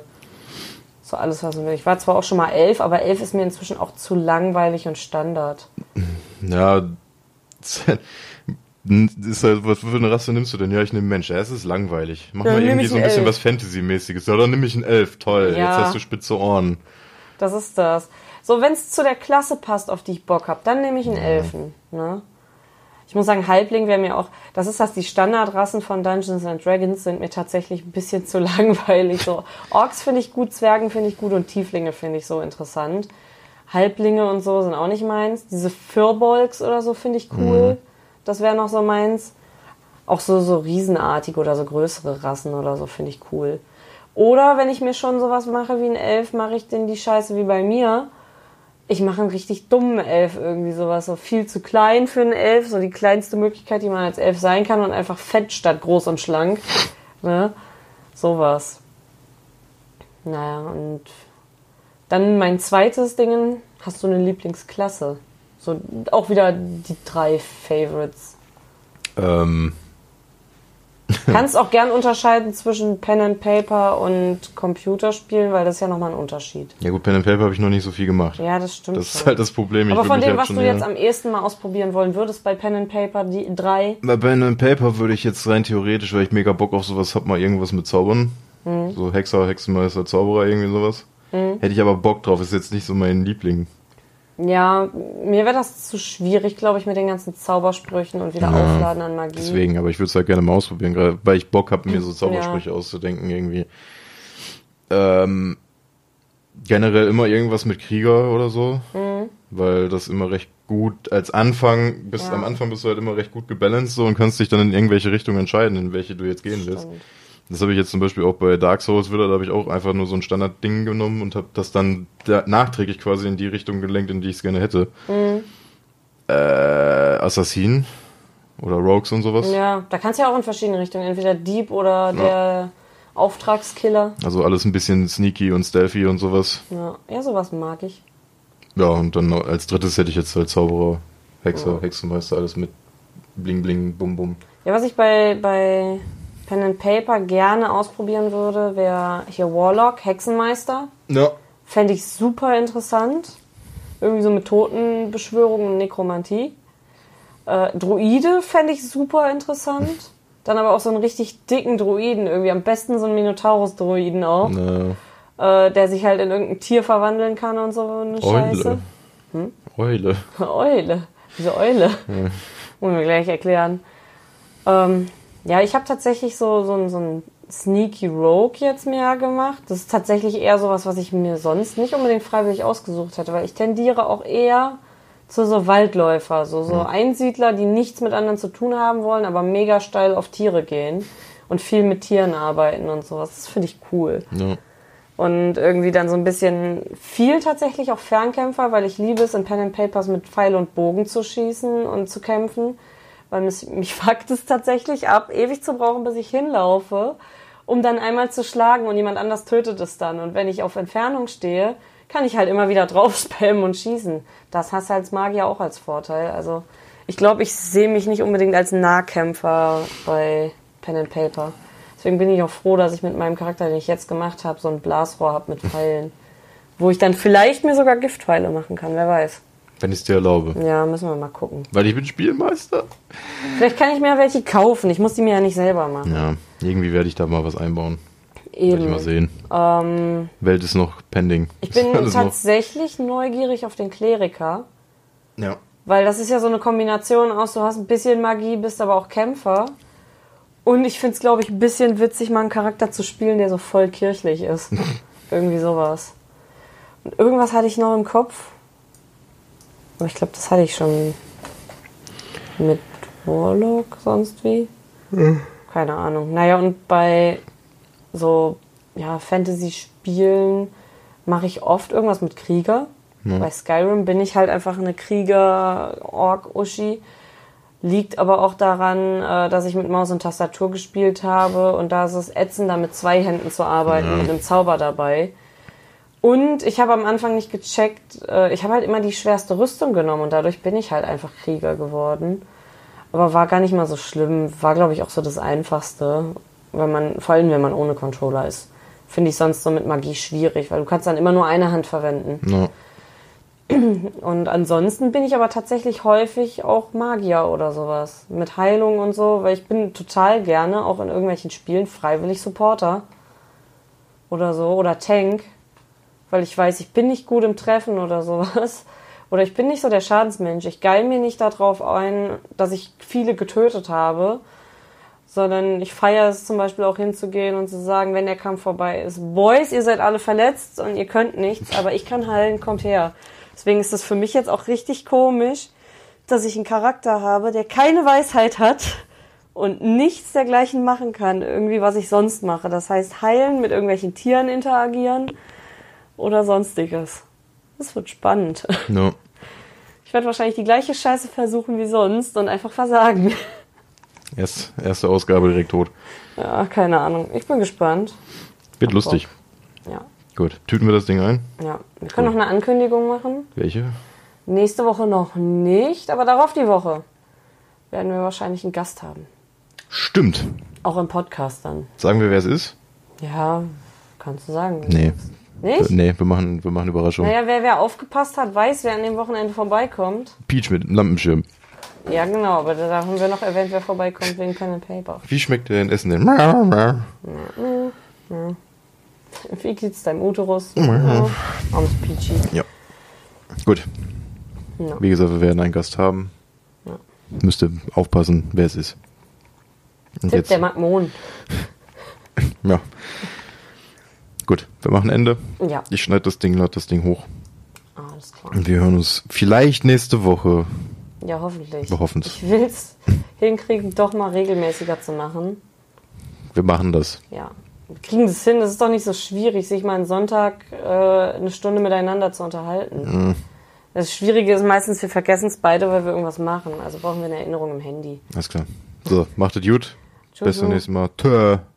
So alles, was man will. Ich war zwar auch schon mal elf, aber elf ist mir inzwischen auch zu langweilig und Standard. Ja, ist halt, was für eine Rasse nimmst du denn? Ja, ich nehme Mensch. Ja, es ist langweilig. Mach ja, mal irgendwie so ein bisschen Elf. Was Fantasy-mäßiges. Ja, dann nehme ich einen Elf. Toll, ja. Jetzt hast du spitze Ohren. Das ist das. So, wenn es zu der Klasse passt, auf die ich Bock habe, dann nehme ich einen Elfen. Ne? Ich muss sagen, Halbling wäre mir auch... Das ist das, die Standardrassen von Dungeons and Dragons sind mir tatsächlich ein bisschen zu langweilig. So, Orks finde ich gut, Zwergen finde ich gut und Tieflinge finde ich so interessant. Halblinge und so sind auch nicht meins. Diese Firbolgs oder so finde ich cool. Mhm. Das wäre noch so meins. Auch so, so riesenartige oder so größere Rassen oder so finde ich cool. Oder wenn ich mir schon sowas mache wie ein Elf, mache ich denn die Scheiße wie bei mir. Ich mache einen richtig dummen Elf irgendwie sowas. So viel zu klein für einen Elf. So die kleinste Möglichkeit, die man als Elf sein kann. Und einfach fett statt groß und schlank. Ne? Sowas. Naja, und dann mein zweites Ding. Hast du eine Lieblingsklasse? So, auch wieder die drei Favorites. Ähm. Kannst auch gern unterscheiden zwischen Pen and Paper und Computerspielen, weil das ist ja nochmal ein Unterschied. Ja gut, Pen and Paper habe ich noch nicht so viel gemacht. Ja, das stimmt. Das ist schon. Halt das Problem. Ich Aber von dem, halt was du jetzt am ehesten mal ausprobieren wollen würdest, bei Pen and Paper, die drei? Bei Pen and Paper würde ich jetzt rein theoretisch, weil ich mega Bock auf sowas habe, mal irgendwas mit Zaubern. Mhm. So Hexer, Hexenmeister, Zauberer, irgendwie sowas. Mhm. Hätte ich aber Bock drauf, ist jetzt nicht so mein Liebling. Ja, mir wäre das zu schwierig, glaube ich, mit den ganzen Zaubersprüchen und wieder ja, Aufladen an Magie. Deswegen, aber ich würde es halt gerne mal ausprobieren, gerade weil ich Bock habe, mir so Zaubersprüche ja. auszudenken irgendwie. Ähm, generell immer irgendwas mit Krieger oder so, mhm. weil das immer recht gut als Anfang, bis ja. am Anfang bist du halt immer recht gut gebalanced so und kannst dich dann in irgendwelche Richtungen entscheiden, in welche du jetzt gehen willst. Das habe ich jetzt zum Beispiel auch bei Dark Souls wieder, da habe ich auch einfach nur so ein Standardding genommen und habe das dann da nachträglich quasi in die Richtung gelenkt, in die ich es gerne hätte. Mhm. Äh, Assassin oder Rogues und sowas. Ja, da kannst du ja auch in verschiedene Richtungen, entweder Dieb oder der ja. Auftragskiller. Also alles ein bisschen sneaky und stealthy und sowas. Ja, ja, sowas mag ich. Ja, und dann als drittes hätte ich jetzt halt Zauberer, Hexer, ja. Hexenmeister, alles mit Bling Bling, Bum Bum. Ja, was ich bei, bei Pen and Paper gerne ausprobieren würde, wäre hier Warlock, Hexenmeister. Ja. Fände ich super interessant. Irgendwie so mit Totenbeschwörung und Nekromantie. Äh, Druide fände ich super interessant. Dann aber auch so einen richtig dicken Druiden, irgendwie am besten so einen Minotaurus-Druiden auch. No. Äh, der sich halt in irgendein Tier verwandeln kann und so eine Eule. Scheiße. Hm? Eule. Eule. Diese Eule. Ja. Muss ich mir gleich erklären. Ähm, ja, ich habe tatsächlich so, so, so ein Sneaky Rogue jetzt mehr gemacht. Das ist tatsächlich eher sowas, was ich mir sonst nicht unbedingt freiwillig ausgesucht hätte, weil ich tendiere auch eher zu so Waldläufer, so, so Einsiedler, die nichts mit anderen zu tun haben wollen, aber mega steil auf Tiere gehen und viel mit Tieren arbeiten und sowas. Das finde ich cool. Ja. Und irgendwie dann so ein bisschen viel tatsächlich auch Fernkämpfer, weil ich liebe es, in Pen and Papers mit Pfeil und Bogen zu schießen und zu kämpfen, weil mich, mich fuckt es tatsächlich ab, ewig zu brauchen, bis ich hinlaufe, um dann einmal zu schlagen und jemand anders tötet es dann. Und wenn ich auf Entfernung stehe, kann ich halt immer wieder drauf spammen und schießen. Das hast du als Magier auch als Vorteil. Also ich glaube, ich sehe mich nicht unbedingt als Nahkämpfer bei Pen and Paper. Deswegen bin ich auch froh, dass ich mit meinem Charakter, den ich jetzt gemacht habe, so ein Blasrohr habe mit Pfeilen. Wo ich dann vielleicht mir sogar Giftpfeile machen kann, wer weiß. Wenn ich es dir erlaube. Ja, müssen wir mal gucken. Weil ich bin Spielmeister. Vielleicht kann ich mir welche kaufen. Ich muss die mir ja nicht selber machen. Ja, irgendwie werde ich da mal was einbauen. Eben. Werde ich mal sehen. Ähm, Welt ist noch pending. Ich bin tatsächlich noch neugierig auf den Kleriker. Ja. Weil das ist ja so eine Kombination aus, du hast ein bisschen Magie, bist aber auch Kämpfer. Und ich finde es, glaube ich, ein bisschen witzig, mal einen Charakter zu spielen, der so voll kirchlich ist. Irgendwie sowas. Und irgendwas hatte ich noch im Kopf. Aber ich glaube, das hatte ich schon mit Warlock sonst wie. Mhm. Keine Ahnung. Naja, und bei so ja, Fantasy-Spielen mache ich oft irgendwas mit Krieger. Ja. Bei Skyrim bin ich halt einfach eine Krieger-Ork-Uschi. Liegt aber auch daran, dass ich mit Maus und Tastatur gespielt habe und da ist es ätzender, mit zwei Händen zu arbeiten, ja. mit einem Zauber dabei. Und ich habe am Anfang nicht gecheckt, ich habe halt immer die schwerste Rüstung genommen und dadurch bin ich halt einfach Krieger geworden. Aber war gar nicht mal so schlimm, war glaube ich auch so das Einfachste, wenn man, vor allem wenn man ohne Controller ist. Finde ich sonst so mit Magie schwierig, weil du kannst dann immer nur eine Hand verwenden. Ja. Und ansonsten bin ich aber tatsächlich häufig auch Magier oder sowas. Mit Heilung und so, weil ich bin total gerne auch in irgendwelchen Spielen freiwillig Supporter. Oder so, oder Tank. Weil ich weiß, ich bin nicht gut im Treffen oder sowas. Oder ich bin nicht so der Schadensmensch. Ich geil mir nicht darauf ein, dass ich viele getötet habe. Sondern ich feiere es zum Beispiel auch hinzugehen und zu sagen, wenn der Kampf vorbei ist, Boys, ihr seid alle verletzt und ihr könnt nichts, aber ich kann heilen, kommt her. Deswegen ist das für mich jetzt auch richtig komisch, dass ich einen Charakter habe, der keine Weisheit hat und nichts dergleichen machen kann, irgendwie was ich sonst mache. Das heißt, heilen, mit irgendwelchen Tieren interagieren oder sonstiges. Das wird spannend. No. Ich werde wahrscheinlich die gleiche Scheiße versuchen wie sonst und einfach versagen. Erst, erste Ausgabe direkt tot. Ja, keine Ahnung. Ich bin gespannt. Wird lustig. Ja. Gut, tüten wir das Ding ein? Ja. Wir können Gut. noch eine Ankündigung machen. Welche? Nächste Woche noch nicht, aber darauf die Woche werden wir wahrscheinlich einen Gast haben. Stimmt. Auch im Podcast dann. Sagen wir, wer es ist? Ja, kannst du sagen. Nee. Nicht? Nee, wir machen, wir machen Überraschung. Naja, wer, wer aufgepasst hat, weiß, wer an dem Wochenende vorbeikommt. Peach mit Lampenschirm. Ja, genau, aber da haben wir noch erwähnt, wer vorbeikommt wegen Pen and Paper. Wie schmeckt dein Essen denn? Ja, ja, ja. Wie geht's deinem Uterus? Ja, armes Peachy. Ja. Gut. Ja. Wie gesagt, wir werden einen Gast haben. Ja. Müsst ihr aufpassen, wer es ist. Und Tipp jetzt, der Magmon. ja. Gut, wir machen Ende. Ja. Ich schneide das Ding, lade das Ding hoch. Alles klar. Und wir hören uns vielleicht nächste Woche. Ja, hoffentlich. Wir hoffen's. Ich will es hinkriegen, doch mal regelmäßiger zu machen. Wir machen das. Ja. Wir kriegen das hin. Das ist doch nicht so schwierig, sich mal einen Sonntag äh, eine Stunde miteinander zu unterhalten. Mhm. Das Schwierige ist meistens, wir vergessen es beide, weil wir irgendwas machen. Also brauchen wir eine Erinnerung im Handy. Alles klar. So, macht es gut. Tschüss. Bis zum nächsten Mal. Tschö.